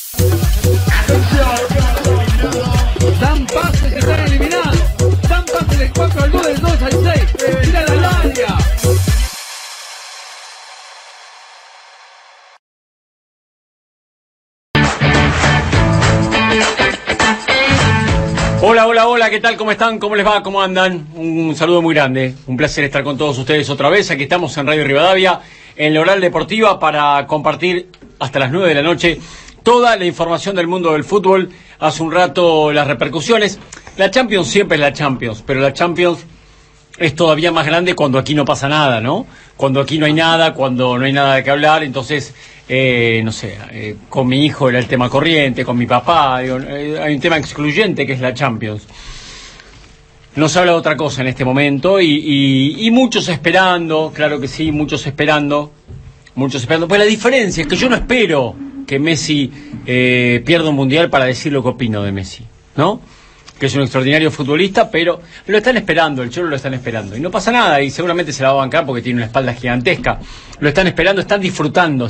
Dan pases que están eliminados. Dan pases del 4 al 2, del 2 al 6. Tira la área. Hola, hola, hola, ¿qué tal? ¿Cómo están? ¿Cómo les va? ¿Cómo andan? Un saludo muy grande. Un placer estar con todos ustedes otra vez. Aquí estamos en Radio Rivadavia, en la Oral Deportiva, para compartir hasta las 9 de la noche toda la información del mundo del fútbol. Hace un rato las repercusiones. La Champions siempre es la Champions, pero la Champions es todavía más grande cuando aquí no pasa nada, ¿no? Cuando aquí no hay nada, cuando no hay nada de qué hablar. Entonces, no sé, con mi hijo era el tema corriente, con mi papá, hay un tema excluyente que es la Champions. No se habla de otra cosa en este momento y muchos esperando, claro que sí, muchos esperando. Pues la diferencia es que yo no espero que Messi pierda un mundial para decir lo que opino de Messi, ¿no? Que es un extraordinario futbolista, pero lo están esperando, el Cholo lo están esperando. Y no pasa nada, y seguramente se la va a bancar porque tiene una espalda gigantesca. Lo están esperando, están disfrutando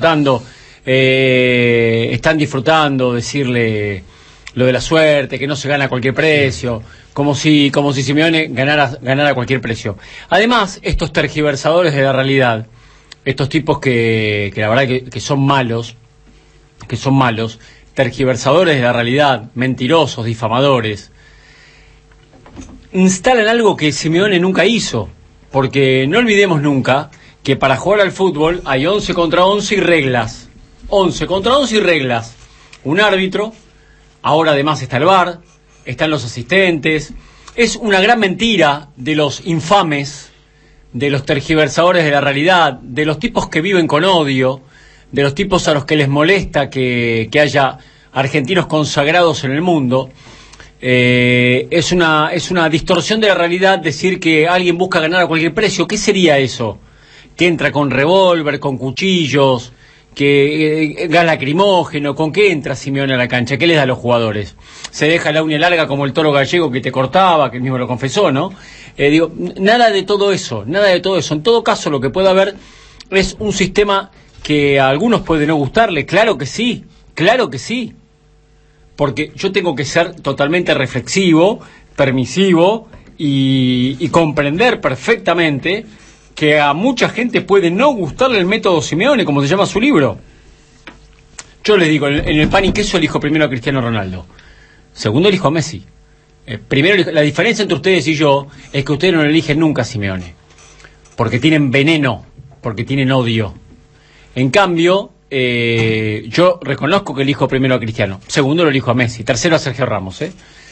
decirle lo de la suerte, que no se gana a cualquier precio, como si Simeone ganara a cualquier precio. Además, estos tergiversadores de la realidad, estos tipos que la verdad que son malos, tergiversadores de la realidad, mentirosos, difamadores, instalan algo que Simeone nunca hizo, porque no olvidemos nunca que para jugar al fútbol hay 11 contra 11 y reglas. 11 contra 11 y reglas. Un árbitro, ahora además está el VAR, están los asistentes. Es una gran mentira de los infames, de los tergiversadores de la realidad, de los tipos que viven con odio, de los tipos a los que les molesta que haya argentinos consagrados en el mundo. Es una distorsión de la realidad decir que alguien busca ganar a cualquier precio. ¿Qué sería eso? Que entra con revólver, con cuchillos, que gas lacrimógeno. ¿Con qué entra Simeone a la cancha? ¿Qué les da a los jugadores? Se deja la uña larga como el toro gallego que te cortaba, que él mismo lo confesó, ¿no? Nada de todo eso. En todo caso, lo que puede haber es un sistema que a algunos puede no gustarle. Claro que sí, porque yo tengo que ser totalmente reflexivo, permisivo y comprender perfectamente que a mucha gente puede no gustarle el método Simeone, como se llama su libro. Yo les digo, en el pan y queso elijo primero a Cristiano Ronaldo, segundo elijo a Messi. Primero, la diferencia entre ustedes y yo es que ustedes no eligen nunca a Simeone, porque tienen veneno, porque tienen odio. En cambio, yo reconozco que elijo primero a Cristiano, segundo lo elijo a Messi, tercero a Sergio Ramos,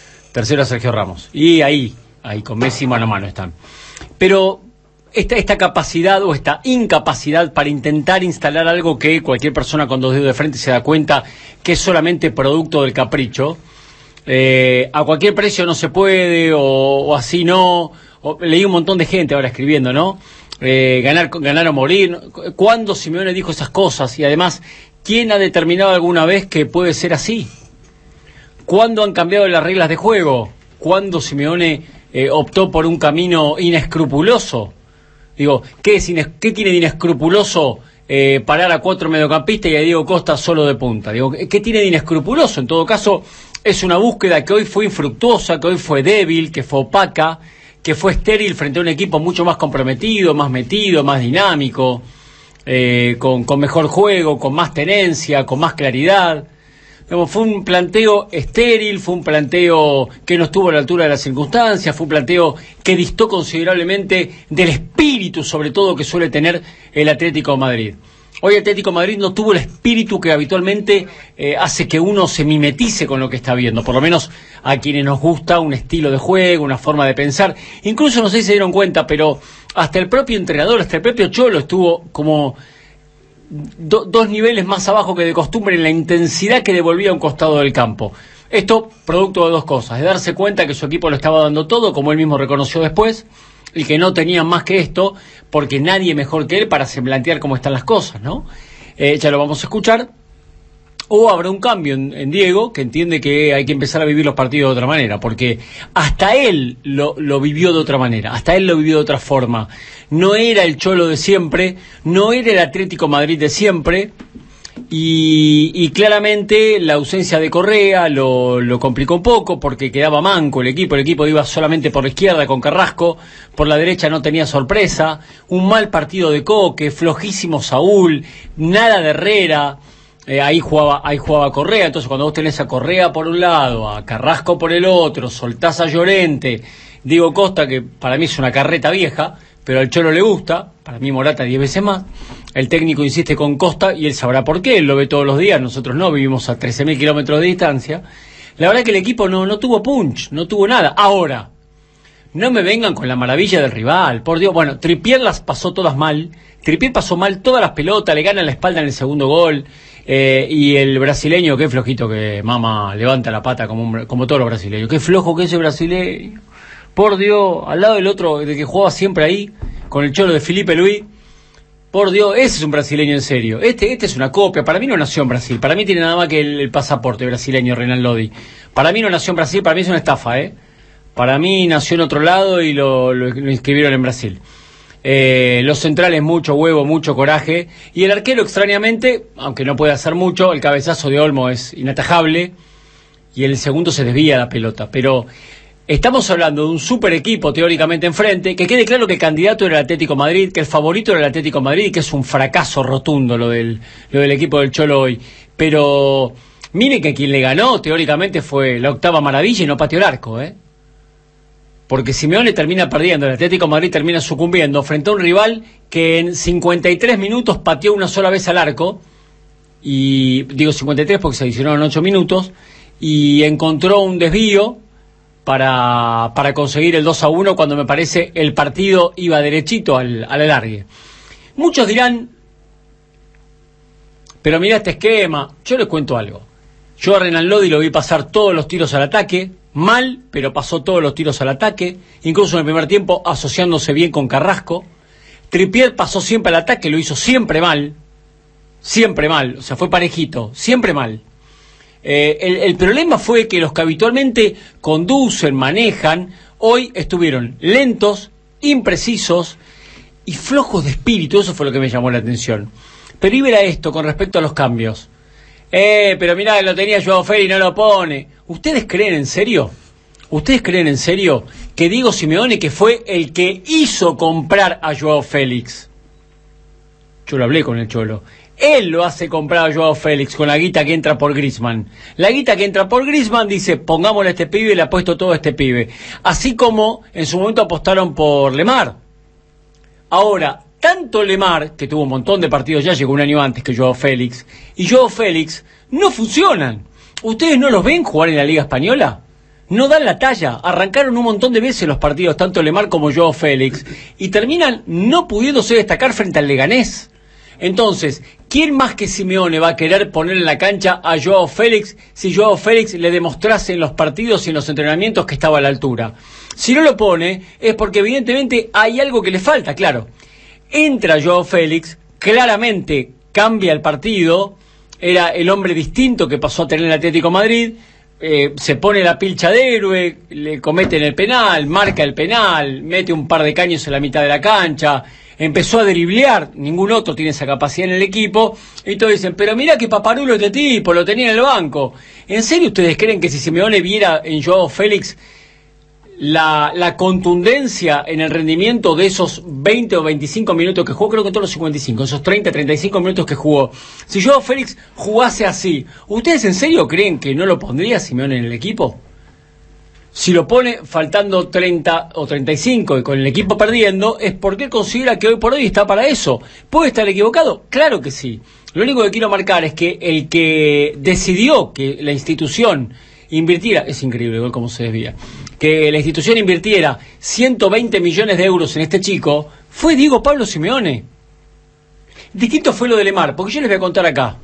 y ahí con Messi mano a mano están. Pero esta capacidad o esta incapacidad para intentar instalar algo que cualquier persona con dos dedos de frente se da cuenta que es solamente producto del capricho, a cualquier precio no se puede, o así no, leí un montón de gente ahora escribiendo, ¿no? Ganar o morir. ¿Cuándo Simeone dijo esas cosas? Y además, ¿quién ha determinado alguna vez que puede ser así? ¿Cuándo han cambiado las reglas de juego? ¿Cuándo Simeone optó por un camino inescrupuloso? Digo, ¿qué tiene de inescrupuloso parar a 4 mediocampistas y a Diego Costa solo de punta? Digo, ¿qué tiene de inescrupuloso? En todo caso, es una búsqueda que hoy fue infructuosa, que hoy fue débil, que fue opaca, que fue estéril frente a un equipo mucho más comprometido, más metido, más dinámico, con mejor juego, con más tenencia, con más claridad. Fue un planteo estéril, fue un planteo que no estuvo a la altura de las circunstancias, fue un planteo que distó considerablemente del espíritu, sobre todo, que suele tener el Atlético de Madrid. Hoy Atlético de Madrid no tuvo el espíritu que habitualmente hace que uno se mimetice con lo que está viendo, por lo menos a quienes nos gusta un estilo de juego, una forma de pensar. Incluso, no sé si se dieron cuenta, pero hasta el propio entrenador, hasta el propio Cholo estuvo como dos niveles más abajo que de costumbre en la intensidad que devolvía a un costado del campo. Esto producto de dos cosas: de darse cuenta que su equipo lo estaba dando todo, como él mismo reconoció después, y que no tenían más que esto, porque nadie mejor que él para plantear cómo están las cosas, ¿no? Ya lo vamos a escuchar. O habrá un cambio en Diego, que entiende que hay que empezar a vivir los partidos de otra manera, porque hasta él lo vivió de otra manera, hasta él lo vivió de otra forma. No era el Cholo de siempre, no era el Atlético Madrid de siempre, y claramente la ausencia de Correa lo complicó un poco porque quedaba manco el equipo iba solamente por la izquierda con Carrasco, por la derecha no tenía sorpresa, un mal partido de Coque, flojísimo Saúl, nada de Herrera, ahí jugaba Correa, entonces cuando vos tenés a Correa por un lado, a Carrasco por el otro, soltás a Llorente, Diego Costa, que para mí es una carreta vieja, pero al Cholo le gusta, para mí Morata 10 veces más, el técnico insiste con Costa y él sabrá por qué, él lo ve todos los días, nosotros no, vivimos a 13.000 kilómetros de distancia. La verdad que el equipo no tuvo punch, no tuvo nada. Ahora, no me vengan con la maravilla del rival, por Dios. Bueno, Trippier las pasó todas mal, Trippier pasó mal todas las pelotas, le gana la espalda en el segundo gol, y el brasileño, qué flojito que mama, levanta la pata como todos los brasileños, qué flojo que ese brasileño. Por Dios, al lado del otro, de que jugaba siempre ahí, con el Cholo de Felipe Luis, por Dios, ese es un brasileño en serio. Este es una copia, para mí no nació en Brasil, para mí tiene nada más que el pasaporte brasileño, Renan Lodi. Para mí no nació en Brasil, para mí es una estafa, Para mí nació en otro lado y lo inscribieron en Brasil. Los centrales, mucho huevo, mucho coraje, y el arquero, extrañamente, aunque no puede hacer mucho, el cabezazo de Olmo es inatajable, y el segundo se desvía la pelota, pero... Estamos hablando de un super equipo teóricamente enfrente, que quede claro que el candidato era el Atlético Madrid, que el favorito era el Atlético Madrid, que es un fracaso rotundo lo del equipo del Cholo hoy. Pero miren que quien le ganó teóricamente fue la octava maravilla y no pateó el arco, Porque Simeone termina perdiendo, el Atlético Madrid termina sucumbiendo frente a un rival que en 53 minutos pateó una sola vez al arco, y digo 53 porque se adicionaron 8 minutos, y encontró un desvío para conseguir el 2-1 cuando me parece el partido iba derechito al alargue. Muchos dirán, pero mira este esquema, yo les cuento algo. Yo a Renan Lodi lo vi pasar todos los tiros al ataque, mal, pero pasó todos los tiros al ataque, incluso en el primer tiempo asociándose bien con Carrasco. Trippier pasó siempre al ataque, lo hizo siempre mal, o sea, fue parejito, siempre mal. El problema fue que los que habitualmente conducen, manejan, hoy estuvieron lentos, imprecisos y flojos de espíritu. Eso fue lo que me llamó la atención. Pero iba a esto con respecto a los cambios. Pero mirá, lo tenía Joao Félix y no lo pone. ¿Ustedes creen en serio? ¿Ustedes creen en serio que Diego Simeone, que fue el que hizo comprar a Joao Félix? Yo lo hablé con el Cholo. Él lo hace comprar a Joao Félix con la guita que entra por Griezmann. La guita que entra por Griezmann dice, pongámosle a este pibe y le apuesto todo a este pibe. Así como en su momento apostaron por Lemar. Ahora, tanto Lemar, que tuvo un montón de partidos ya, llegó un año antes que Joao Félix, y Joao Félix no funcionan. ¿Ustedes no los ven jugar en la Liga Española? No dan la talla. Arrancaron un montón de veces los partidos, tanto Lemar como Joao Félix, y terminan no pudiéndose destacar frente al Leganés. Entonces, ¿quién más que Simeone va a querer poner en la cancha a Joao Félix si Joao Félix le demostrase en los partidos y en los entrenamientos que estaba a la altura? Si no lo pone, es porque evidentemente hay algo que le falta, claro. Entra Joao Félix, claramente cambia el partido, era el hombre distinto que pasó a tener el Atlético Madrid, se pone la pilcha de héroe, le cometen el penal, marca el penal, mete un par de caños en la mitad de la cancha, empezó a driblear, ningún otro tiene esa capacidad en el equipo, y todos dicen, pero mirá que paparulo este tipo, lo tenía en el banco. ¿En serio ustedes creen que si Simeone viera en Joao Félix la contundencia en el rendimiento de esos 20 o 25 minutos que jugó, creo que en todos los 55, esos 30, 35 minutos que jugó, si Joao Félix jugase así, ¿ustedes en serio creen que no lo pondría Simeone en el equipo? Si lo pone faltando 30 o 35 y con el equipo perdiendo, es porque él considera que hoy por hoy está para eso. ¿Puede estar equivocado? Claro que sí. Lo único que quiero marcar es que el que decidió que la institución invirtiera, es increíble ver cómo se desvía, que la institución invirtiera 120 millones de euros en este chico, fue Diego Pablo Simeone. Distinto fue lo de Lemar, porque yo les voy a contar acá.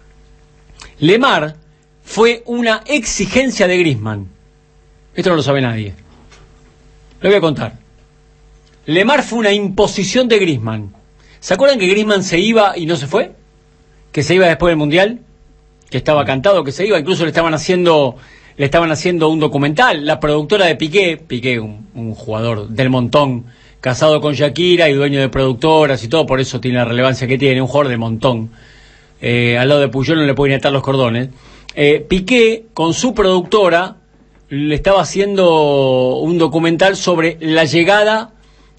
Lemar fue una exigencia de Griezmann. Esto no lo sabe nadie. Lo voy a contar. Lemar fue una imposición de Griezmann. ¿Se acuerdan que Griezmann se iba y no se fue? Que se iba después del Mundial, que estaba cantado que se iba, incluso le estaban haciendo un documental. La productora de Piqué, un jugador del montón, casado con Shakira y dueño de productoras y todo, por eso tiene la relevancia que tiene, un jugador del montón. al lado de Puyol no le pueden atar los cordones. Piqué, con su productora, le estaba haciendo un documental sobre la llegada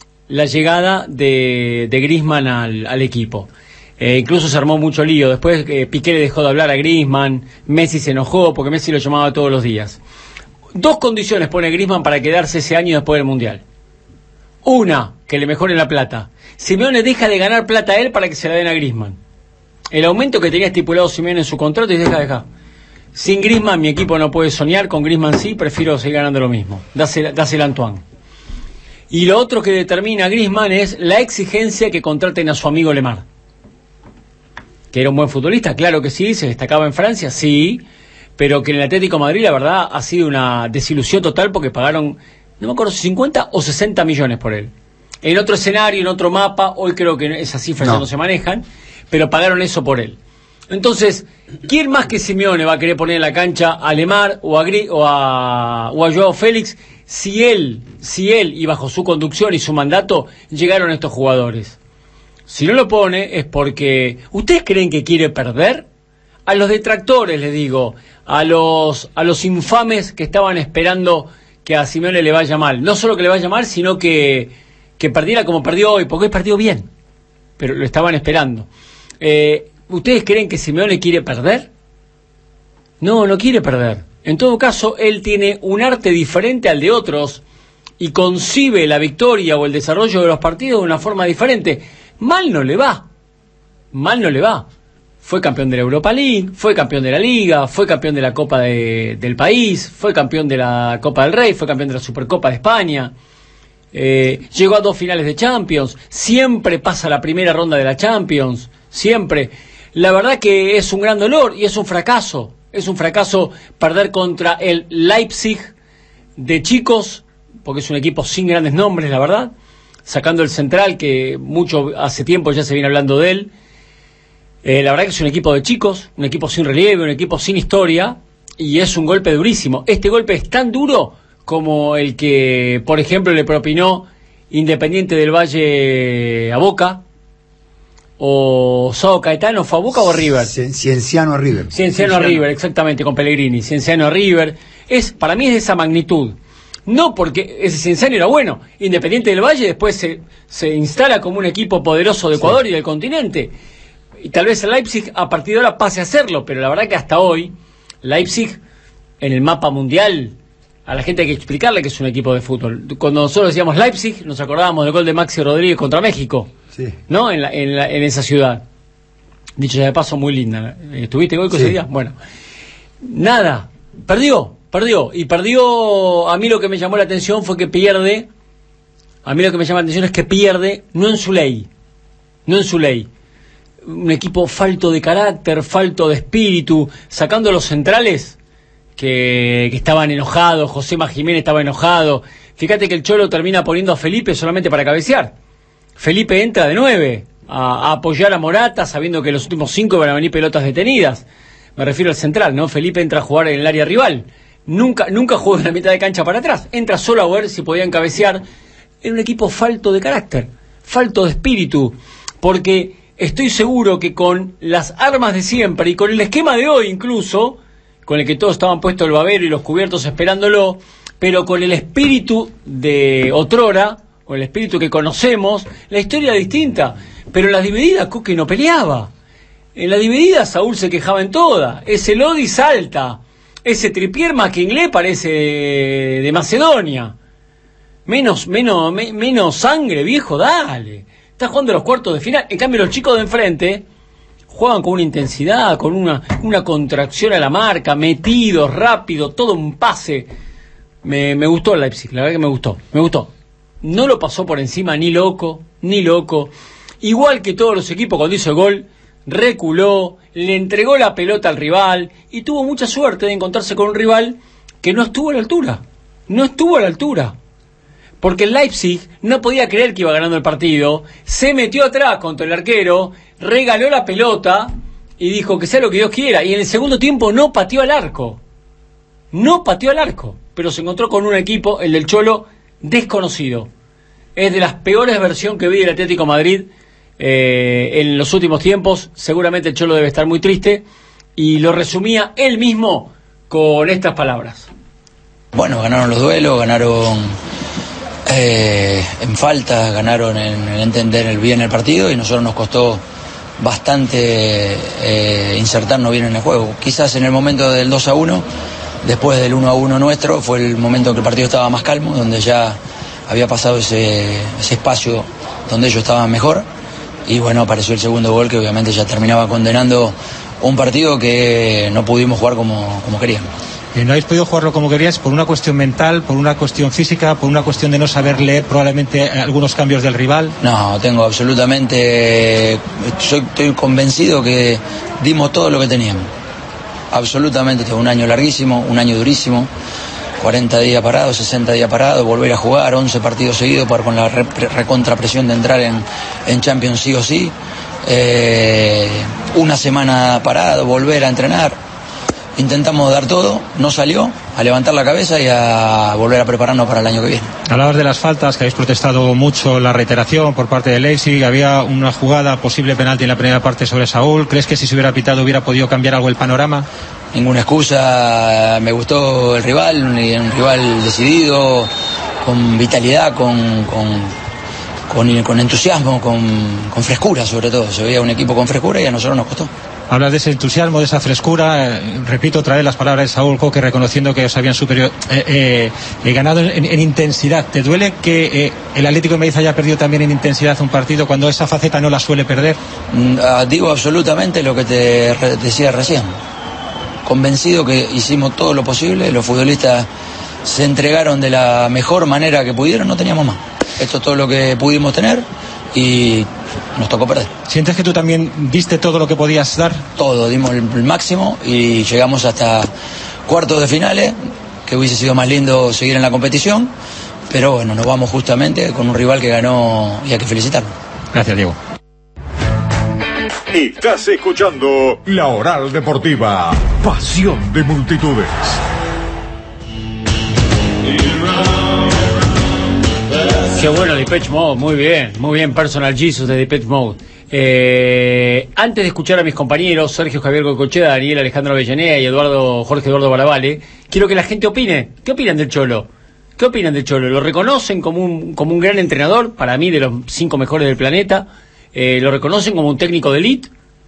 de Griezmann al equipo. Incluso se armó mucho lío. Después Piqué le dejó de hablar a Griezmann, Messi se enojó porque Messi lo llamaba todos los días. 2 condiciones pone Griezmann para quedarse ese año después del Mundial. Una, que le mejoren la plata. Simeone deja de ganar plata a él para que se la den a Griezmann. El aumento que tenía estipulado Simeone en su contrato y deja. Sin Griezmann mi equipo no puede soñar, con Griezmann sí, prefiero seguir ganando lo mismo. Dásela a Antoine. Y lo otro que determina a Griezmann es la exigencia que contraten a su amigo Lemar. Que era un buen futbolista, claro que sí, se destacaba en Francia, sí, pero que en el Atlético de Madrid la verdad ha sido una desilusión total porque pagaron, no me acuerdo si 50 o 60 millones por él. En otro escenario, en otro mapa, hoy creo que esas cifras ya no se manejan, pero pagaron eso por él. Entonces, ¿quién más que Simeone va a querer poner en la cancha a Lemar o a Joao Félix si él y bajo su conducción y su mandato llegaron estos jugadores? Si no lo pone es porque... ¿Ustedes creen que quiere perder? A los detractores, les digo, a los infames que estaban esperando que a Simeone le vaya mal. No solo que le vaya mal, sino que perdiera como perdió hoy, porque hoy perdió bien, pero lo estaban esperando. ¿Ustedes creen que Simeone quiere perder? No, no quiere perder. En todo caso, él tiene un arte diferente al de otros y concibe la victoria o el desarrollo de los partidos de una forma diferente. Mal no le va. Fue campeón de la Europa League, fue campeón de la Liga, fue campeón de la Copa del país, fue campeón de la Copa del Rey, fue campeón de la Supercopa de España. Llegó a 2 finales de Champions, siempre pasa la primera ronda de la Champions, siempre. La verdad que es un gran dolor y es un fracaso perder contra el Leipzig de chicos, porque es un equipo sin grandes nombres, la verdad, sacando el central, que hace tiempo ya se viene hablando de él. La verdad que es un equipo de chicos, un equipo sin relieve, un equipo sin historia, y es un golpe durísimo. Este golpe es tan duro como el que, por ejemplo, le propinó Independiente del Valle a Boca, o Sao Caetano, ¿fue a Boca o a River? Cienciano a River. Cienciano a River, exactamente, con Pellegrini. Cienciano a River. Para mí es de esa magnitud. No porque ese Cienciano era bueno. Independiente del Valle después se instala como un equipo poderoso de Ecuador y del continente. Y tal vez el Leipzig a partir de ahora pase a hacerlo, pero la verdad que hasta hoy Leipzig en el mapa mundial, a la gente hay que explicarle que es un equipo de fútbol. Cuando nosotros decíamos Leipzig nos acordábamos del gol de Maxi Rodríguez contra México, ¿no? En esa ciudad. Dicho ya de paso, muy linda. ¿Estuviste hoy ese día? Bueno, nada, perdió. Y perdió. A mí lo que me llamó la atención fue que pierde. A mí lo que me llama la atención es que pierde, no en su ley. Un equipo falto de carácter, falto de espíritu, sacando los centrales que estaban enojados. Josema Jiménez estaba enojado. Fíjate que el Cholo termina poniendo a Felipe solamente para cabecear. Felipe entra de 9 a apoyar a Morata, sabiendo que los últimos 5 van a venir pelotas detenidas. Me refiero al central, ¿no? Felipe entra a jugar en el área rival. Nunca jugó en la mitad de cancha para atrás. Entra solo a ver si podían cabecear. Era un equipo falto de carácter, falto de espíritu, porque estoy seguro que con las armas de siempre y con el esquema de hoy incluso, con el que todos estaban puestos el babero y los cubiertos esperándolo, pero con el espíritu de otrora, o el espíritu que conocemos, la historia era distinta. Pero en las divididas Coque no peleaba. En la dividida Saúl se quejaba en toda. Ese Lodi salta. Ese Trippier más que inglés parece de Macedonia. Menos sangre, viejo, dale. Estás jugando los cuartos de final. En cambio los chicos de enfrente juegan con una intensidad, con una contracción a la marca, metidos, rápido, todo un pase. Me gustó el Leipzig, la verdad que me gustó. No lo pasó por encima ni loco. Igual que todos los equipos cuando hizo el gol, reculó, le entregó la pelota al rival y tuvo mucha suerte de encontrarse con un rival que no estuvo a la altura. Porque el Leipzig no podía creer que iba ganando el partido, se metió atrás contra el arquero, regaló la pelota y dijo que sea lo que Dios quiera. Y en el segundo tiempo no pateó al arco, pero se encontró con un equipo, el del Cholo, desconocido. Es de las peores versiones que vi del Atlético Madrid en los últimos tiempos. Seguramente el Cholo debe estar muy triste, y lo resumía él mismo con estas palabras. Bueno, ganaron los duelos, ganaron en falta, ganaron en entender bien el partido, y nosotros nos costó bastante insertarnos bien en el juego. Quizás en el momento del 2-1, después del 1-1 nuestro, fue el momento en que el partido estaba más calmo, donde ya había pasado ese espacio donde ellos estaban mejor, y bueno, apareció el segundo gol, que obviamente ya terminaba condenando un partido que no pudimos jugar como queríamos. No habéis podido jugarlo como queríais por una cuestión mental, por una cuestión física, por una cuestión de no saber leer probablemente algunos cambios del rival. No, tengo absolutamente, estoy convencido que dimos todo lo que teníamos. Absolutamente, tengo un año larguísimo, un año durísimo, 40 días parados, 60 días parados, volver a jugar 11 partidos seguidos con la recontrapresión de entrar en Champions sí o sí, una semana parado, volver a entrenar. Intentamos dar todo, no salió, a levantar la cabeza y a volver a prepararnos para el año que viene. Hablabas de las faltas, que habéis protestado mucho la reiteración por parte de Leipzig. Había una jugada, posible penalti en la primera parte sobre Saúl. ¿Crees que si se hubiera pitado hubiera podido cambiar algo el panorama? Ninguna excusa, me gustó el rival, un rival decidido, con vitalidad, con entusiasmo, con frescura sobre todo. Se veía un equipo con frescura y a nosotros nos costó. Hablas de ese entusiasmo, de esa frescura. Repito otra vez las palabras de Saúl Coque, reconociendo que os habían ganado en intensidad. ¿Te duele que el Atlético de Madrid haya perdido también en intensidad un partido cuando esa faceta no la suele perder? Digo absolutamente lo que te decía recién. Convencido que hicimos todo lo posible, los futbolistas se entregaron de la mejor manera que pudieron, no teníamos más. Esto es todo lo que pudimos tener y nos tocó perder. ¿Sientes que tú también diste todo lo que podías dar? Todo, dimos el máximo y llegamos hasta cuartos de finales, que hubiese sido más lindo seguir en la competición, pero bueno, nos vamos justamente con un rival que ganó y hay que felicitarlo. Gracias, Diego. Estás escuchando La Oral Deportiva, pasión de multitudes. Qué bueno Depeche Mode, muy bien, Personal Jesus de Depeche Mode. Antes de escuchar a mis compañeros Sergio Javier Goicoechea, Daniel Alejandro Avellaneda y Jorge Eduardo Baravale, quiero que la gente opine. ¿Qué opinan del Cholo? ¿Qué opinan del Cholo? ¿Lo reconocen como un gran entrenador? Para mí, de los 5 mejores del planeta. ¿Lo reconocen como un técnico de élite?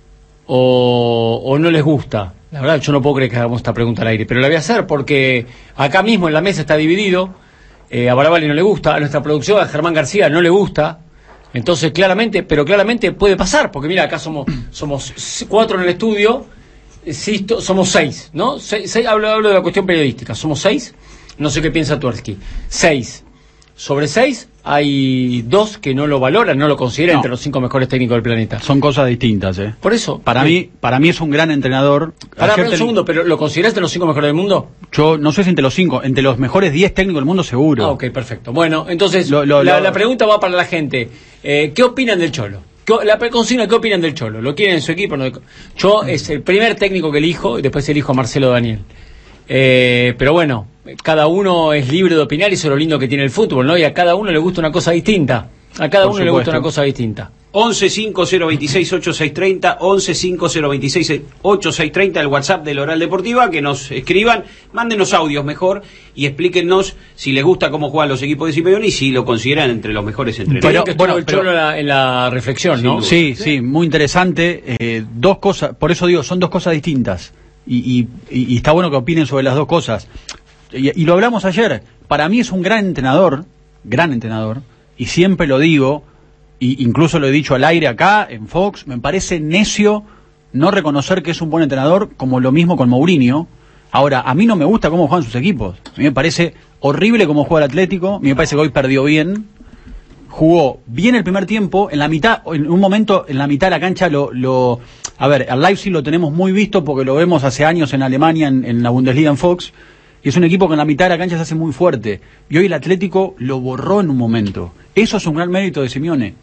¿O no les gusta? La verdad, yo no puedo creer que hagamos esta pregunta al aire, pero la voy a hacer porque acá mismo en la mesa está dividido. A Baravale no le gusta, a nuestra producción, a Germán García no le gusta. Entonces claramente puede pasar, porque mira, acá somos 4 en el estudio, somos 6, ¿no? Hablo de la cuestión periodística, somos 6, no sé qué piensa Tuersky. 6. Sobre 6 hay 2 que no lo valoran, no lo consideran entre los 5 mejores técnicos del planeta. Son cosas distintas, ¿eh? Por eso. Para mí es un gran entrenador. Pará un segundo, ¿pero lo considerás entre los 5 mejores del mundo? Yo no sé si entre los 5, entre los mejores 10 técnicos del mundo seguro. Ok, perfecto. Bueno, entonces la pregunta va para la gente. ¿Qué opinan del Cholo? La consigna, ¿qué opinan del Cholo? ¿Lo quieren en su equipo? No. Yo es el primer técnico que elijo y después elijo a Marcelo Daniel. Pero bueno, cada uno es libre de opinar y eso es lo lindo que tiene el fútbol, ¿no? Y a cada uno le gusta una cosa distinta. A cada uno le gusta una cosa distinta. 11-5026-8630, 11-5026-8630, el WhatsApp de la Oral Deportiva, que nos escriban, mándenos audios mejor y explíquenos si les gusta cómo juegan los equipos de Simeone y si lo consideran entre los mejores entrenadores. Pero el Cholo en la reflexión, ¿no? Sí, muy interesante. 2 cosas, por eso digo, son 2 cosas distintas. Y está bueno que opinen sobre las 2 cosas. Y lo hablamos ayer. Para mí es un gran entrenador, y siempre lo digo, incluso lo he dicho al aire acá, en Fox, me parece necio no reconocer que es un buen entrenador, como lo mismo con Mourinho. Ahora, a mí no me gusta cómo juegan sus equipos. A mí me parece horrible cómo juega el Atlético, a mí me parece que hoy perdió bien. Jugó bien el primer tiempo, en la mitad, en un momento, en la mitad de la cancha a ver, al Leipzig lo tenemos muy visto porque lo vemos hace años en Alemania, en la Bundesliga, en Fox, y es un equipo que en la mitad de la cancha se hace muy fuerte, y hoy el Atlético lo borró en un momento. Eso es un gran mérito de Simeone.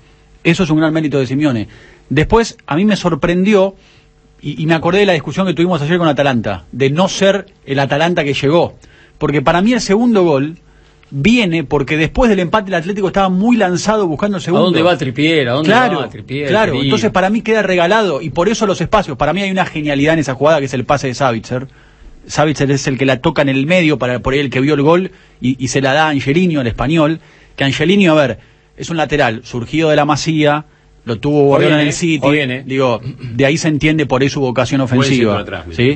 Después, a mí me sorprendió, y me acordé de la discusión que tuvimos ayer con Atalanta, de no ser el Atalanta que llegó, porque para mí el segundo gol, viene porque después del empate el Atlético estaba muy lanzado buscando el segundo. ¿A dónde va Trippier? ¿A dónde va Trippier? Claro, entonces para mí queda regalado, y por eso los espacios. Para mí hay una genialidad en esa jugada, que es el pase de Savitzer. Savitzer es el que la toca en el medio, por ahí el que vio el gol, y se la da a Angelino, al español, que Angelino, a ver, es un lateral surgido de la Masía, lo tuvo Guardiola en el City, digo, de ahí se entiende por ahí su vocación ofensiva, atrás, ¿sí?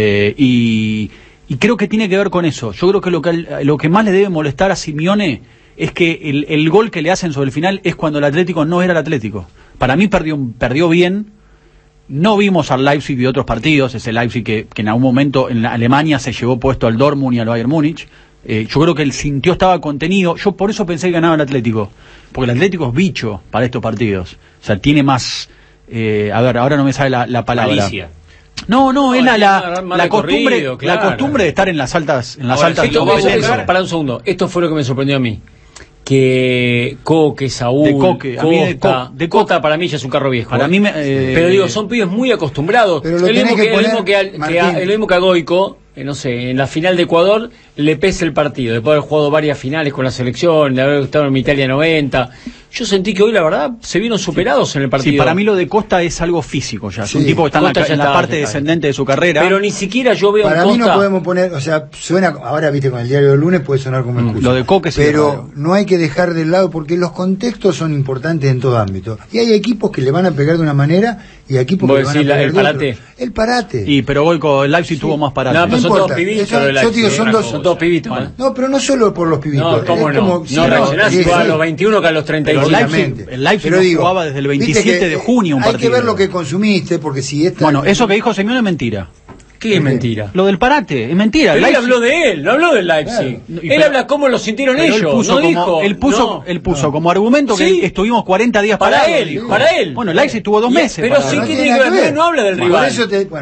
Y creo que tiene que ver con eso. Yo creo que lo que más le debe molestar a Simeone es que el gol que le hacen sobre el final es cuando el Atlético no era el Atlético. Para mí perdió bien. No vimos al Leipzig de otros partidos, ese Leipzig que en algún momento en Alemania se llevó puesto al Dortmund y al Bayern Múnich. Yo creo que el sintió estaba contenido. Yo por eso pensé que ganaba el Atlético, porque el Atlético es bicho para estos partidos. O sea, tiene más... a ver, ahora no me sale la palabra. Malicia. No, es la costumbre, claro. La costumbre de estar en las altas competencias. Para un segundo, esto fue lo que me sorprendió a mí. Que Coque, Saúl, Costa para mí ya es un carro viejo. Para mí pero digo, son pibes muy acostumbrados. Lo mismo que a Goico, no sé, en la final de Ecuador le pesa el partido, después de haber jugado varias finales con la selección, de haber estado en Italia 90. Yo sentí que hoy, la verdad, se vieron superados en el partido. Sí, para mí lo de Costa es algo físico ya. Es un tipo que está en la parte descendente de su carrera. Pero ni siquiera yo veo para mí Costa... no podemos poner, o sea, suena, ahora viste con el diario del lunes puede sonar como excusa. Lo de Coque sí. Pero no hay que dejar de lado, porque los contextos son importantes en todo ámbito. Y hay equipos que le van a pegar de una manera y equipos que le van a pegar de otro. El parate. Y pero Goico, el Leipzig tuvo más parate. No, pero son todos pibitos. Yo digo, son todos pibitos. No, pero no solo por los pibitos. No, ¿cómo no? No reaccionás igual a los 21 que a los 35. El Leipzig no jugaba desde el 27 de junio un partido. Hay que ver lo que consumiste, porque si esta... Bueno, eso que dijo Simeone es mentira. ¿Qué es mentira? Lo del parate, es mentira. Pero él habló de él, no habló del Leipzig. Claro. Él habla cómo lo sintieron ellos, Él puso como argumento que estuvimos 40 días para él. Bueno, el Leipzig tuvo 2 meses. Pero sí que tiene que ver, no habla del rival.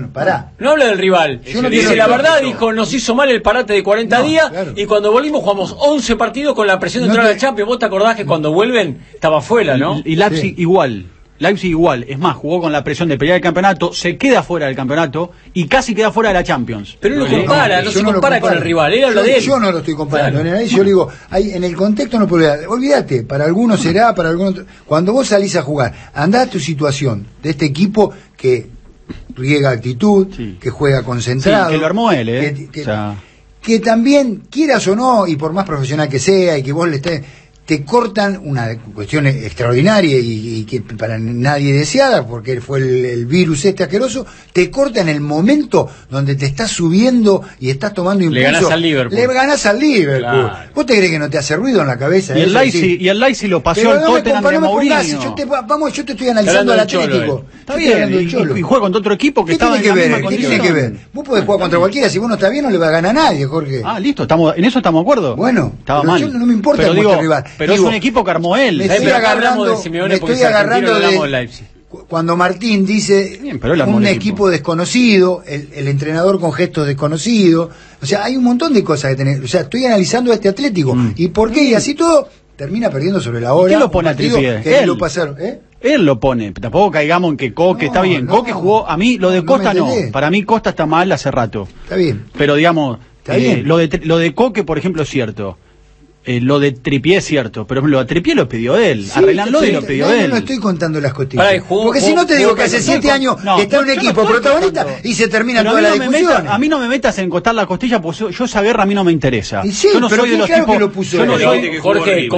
No habla del rival. Dice la verdad, dijo, nos hizo mal el parate de 40 días y cuando volvimos jugamos 11 partidos con la presión de entrar a la Champions. ¿Vos te acordás que cuando vuelven estaba fuera, no? Y Leipzig igual. Leipzig igual, es más, jugó con la presión de pelear el campeonato, se queda fuera del campeonato y casi queda fuera de la Champions. Pero él no compara, no se compara con el rival, él habla de él. Yo no lo estoy comparando, yo le digo, en el contexto no puede, olvídate, para algunos será, para algunos... Cuando vos salís a jugar, andá a tu situación de este equipo que riega actitud, que juega concentrado. Sí, que lo armó él, que también, quieras o no, y por más profesional que sea, y que vos le estés... te cortan una cuestión extraordinaria y que para nadie deseada, porque fue el virus este asqueroso, te cortan el momento donde te estás subiendo y estás tomando impulso. Le ganás al Liverpool. Le ganás al Liverpool. Claro. ¿Vos te crees que no te hace ruido en la cabeza? Y el Leipzig lo pasó al Tottenham de Mourinho. Yo te estoy analizando al Atlético. Está bien, y juega contra otro equipo que estaba en la misma condición. ¿Qué tiene que ver? Vos podés jugar contra cualquiera, si vos no estás bien no le va a ganar a nadie, Jorge. Listo, en eso estamos de acuerdo. Bueno, estaba mal. Yo no me importa cómo está el rival. Pero es un equipo que armó él. Me estoy agarrando de cuando Martín dice un equipo desconocido, el entrenador con gestos desconocidos. O sea, hay un montón de cosas que tener. O sea, estoy analizando a este Atlético. ¿Y por qué? Y así todo termina perdiendo sobre la hora. ¿Quién lo pone a Trippier? Él lo pone. Tampoco caigamos en que Coque está bien. Coque jugó. A mí lo de Costa no. Para mí Costa está mal hace rato. Está bien. Pero digamos, lo de Coque, por ejemplo, es cierto. Lo de Trippier es cierto, pero lo de Trippier lo pidió él. Sí, arreglanlo y lo pidió él. No estoy contando las costillas. Porque si no te digo que hace 7 años que está un equipo protagonista y se termina toda la discusión. A mí no me metas en cortar la costilla, porque yo esa guerra a mí no me interesa. Yo no soy de los tipos que lo puso. Yo no soy Jorge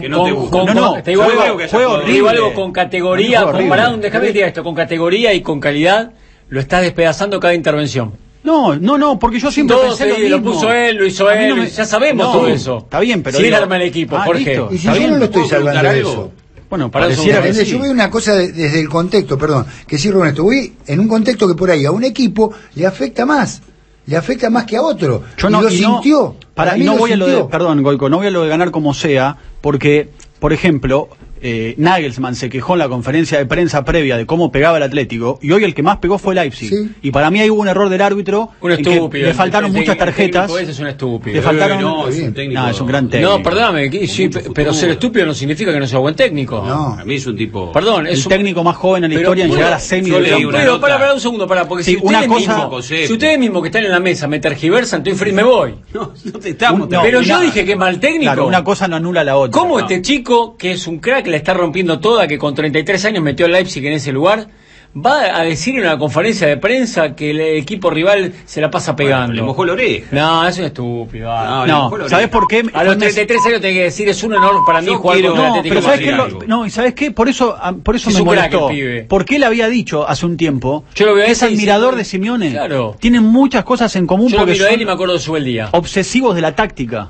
te digo algo con categoría, comparado, déjame decir esto, con categoría y con calidad, lo estás despedazando cada intervención. No, porque yo siempre pensé lo mismo. Lo puso él, lo hizo él, ya sabemos todo eso. Está bien, pero... Si él arma el equipo, Jorge. Y si yo no lo estoy salvando de eso. Bueno, pareciera que sí. Yo veo una cosa desde el contexto, que cierro con esto. Voy en un contexto que por ahí a un equipo le afecta más que a otro. Perdón, Goico, no voy a lo de ganar como sea, porque, por ejemplo, Nagelsmann se quejó en la conferencia de prensa previa de cómo pegaba el Atlético, y hoy el que más pegó fue Leipzig. Sí. Y para mí ahí hubo un error del árbitro, Un en que estúpido. le faltaron muchas tarjetas. Ese es un estúpido. Le faltaron... No, es un técnico. No, es un gran técnico. No, perdóname, sí, mucho pero futuro. ser estúpido no significa que no sea buen técnico. No. A mí es un tipo... Perdón, El es un técnico más joven en la pero, historia en bueno, llegar a semi yo de leí Champions. una Pero nota. para un segundo, porque Sí, si una ustedes cosa- mismos, si ustedes mismos que están en la mesa me tergiversan, estoy frío y me voy. No te estamos... No, pero una- yo dije que mal técnico. Claro, una cosa no anula la otra. ¿Cómo No. este chico, que es un crack, la está rompiendo toda, que con 33 años metió al Leipzig en ese lugar, va a decir en una conferencia de prensa que el equipo rival se la pasa pegando? Bueno, le mojó la oreja. No, eso es estúpido. No, le No, mojó la ¿sabes oreja. por qué? A los 33 años tengo que decir, es un honor para mí Yo jugar quiero- contra el No, Atlético pero ¿sabes de qué? Madrid. ¿Y sabes qué? Por eso Es me un crack molestó. el pibe. Porque él había dicho hace un tiempo Yo lo veo a que es ese y admirador siempre- de Simeone. Claro. Tienen muchas cosas en común Yo lo porque miro a él y son me acuerdo de su bel día. obsesivos de la táctica.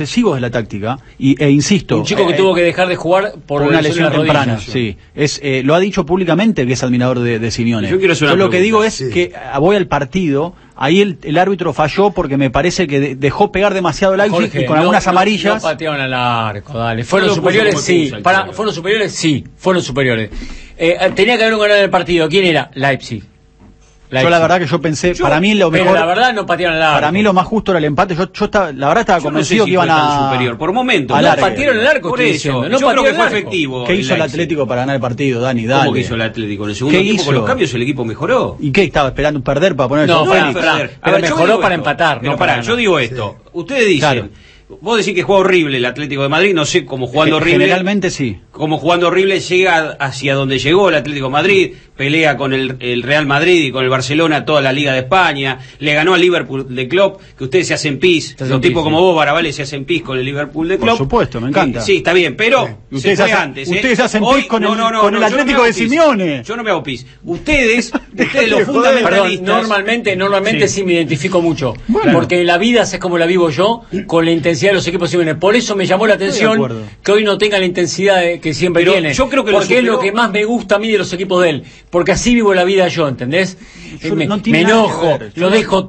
E insisto. Un chico que tuvo que dejar de jugar por una lesión lesión en la temprana, rodilla. sí. Lo ha dicho públicamente que es admirador de Simeone. Yo quiero hacer una lo que pregunta. digo es Sí. que voy al partido, ahí el árbitro falló porque me parece que dejó pegar demasiado el Leipzig Jorge, y con algunas amarillas. No patearon al arco, dale. ¿Fueron No lo puso superiores? como Sí. excusa el Cholo. ¿Fueron superiores? Sí, fueron superiores. Tenía que haber un ganador del partido. ¿Quién era? Leipzig. Yo la verdad que yo pensé, para mí lo pero mejor, la verdad no patearon al arco. para mí lo más justo era el empate. Yo la verdad estaba Yo no convencido sé si que iban fue tan a superior. Por momentos. al No arco. patearon el arco, Por estoy eso. diciendo. No Yo creo que patearon fue el arco. efectivo. ¿Qué hizo el Leipzig? Atlético para ganar el partido, Dani? Dale. ¿Cómo que hizo el Atlético? En el segundo ¿Qué tiempo con hizo? los cambios el equipo mejoró. ¿Y qué? ¿Estaba esperando perder para poner No, el pará, Félix? pará. Perder. Pero yo mejoró digo para esto. empatar, Pero no para pará, yo ganar. digo esto. Ustedes dicen, Claro. vos decís que juega horrible el Atlético de Madrid, no sé cómo jugando horrible. Generalmente sí. Como jugando horrible llega hacia donde llegó el Atlético de Madrid, pelea con el Real Madrid y con el Barcelona toda la Liga de España, le ganó al Liverpool de Klopp, que ustedes se hacen pis, Se hacen los pis, tipos sí. como vos, Baravales, se hacen pis con el Liverpool de Por Klopp. supuesto, me encanta. Sí, está bien, pero Sí. se Ustedes fue hacen- antes. ustedes hacen Hoy- pis con el yo no Atlético me hago de pis. Simeone. Yo no me hago pis. Ustedes los Perdón, fundamentalistas... normalmente sí me identifico mucho. Porque la vida es como la vivo yo, con la intensidad de los equipos Simeone. Por eso me llamó la de atención acuerdo. que hoy no tenga la intensidad que siempre Pero tiene. yo creo que lo porque es lo superó. que más me gusta a mí de los equipos de él. Porque así vivo la vida yo, ¿entendés? Yo Me no tiene nada que enojo, ver. lo dejo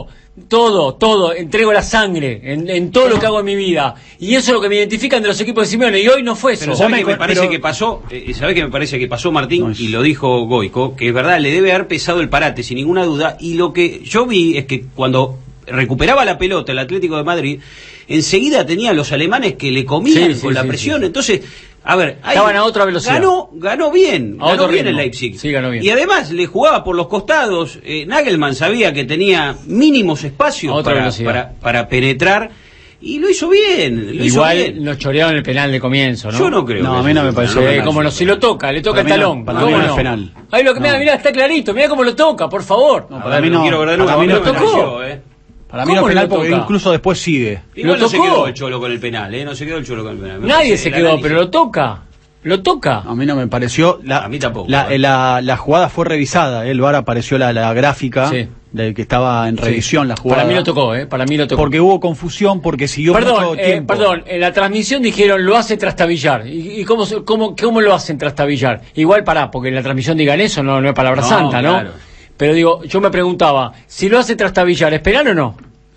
todo, entrego la sangre en todo lo que hago en mi vida. Y eso es lo que me identifican de los equipos de Simeone. Y hoy no fue eso. Pero ¿sabés qué me Pero- parece que pasó? ¿Sabés qué me parece que pasó, Martín? No es- Y lo dijo Goico, que es verdad, le debe haber pesado el parate, sin ninguna duda. Y lo que yo vi es que cuando recuperaba la pelota el Atlético de Madrid, enseguida tenía a los alemanes que le comían Sí, con sí, la sí, presión. sí. Entonces, a ver, ahí Estaban a otra velocidad. Ganó bien, A ganó otro bien ritmo. el Leipzig. Sí, ganó bien. Y además le jugaba por los costados. Nagelman sabía que tenía mínimos espacios A otra velocidad. para penetrar. Y lo hizo bien. Lo hizo Igual bien. nos chorearon el penal de comienzo, ¿no? Yo no creo. No, que a mí eso no me sea- pareció. me Como no, si lo toca, le toca Para el mí no, talón. para ¿Cómo mí no no? es penal. Ahí lo que No. mirá, está clarito, mirá cómo lo toca, por favor. No, A para ver, mí lo no. quiero ver de Para nuevo. mí no A es me penal. pareció, Para mí no es ¿Cómo penal lo porque toca? incluso después sigue. Igual Lo no se tocó. quedó el Cholo con el penal, no se quedó el Cholo con el penal. Me Nadie parece se el quedó, análisis- pero lo toca. Lo toca. A mí no me pareció. A mí tampoco. La jugada fue revisada. El VAR apareció la gráfica Sí. de que estaba en revisión la jugada. Para mí lo tocó, Para mí lo tocó. Porque hubo confusión, porque siguió mucho tiempo. Perdón, en la transmisión dijeron lo hace Trastavillar. ¿Y cómo lo hacen Trastavillar? Igual porque en la transmisión digan eso, no es palabra No, santa, ¿no? claro. Pero digo, yo me preguntaba, si lo hace Trastavillar, ¿es penal o no?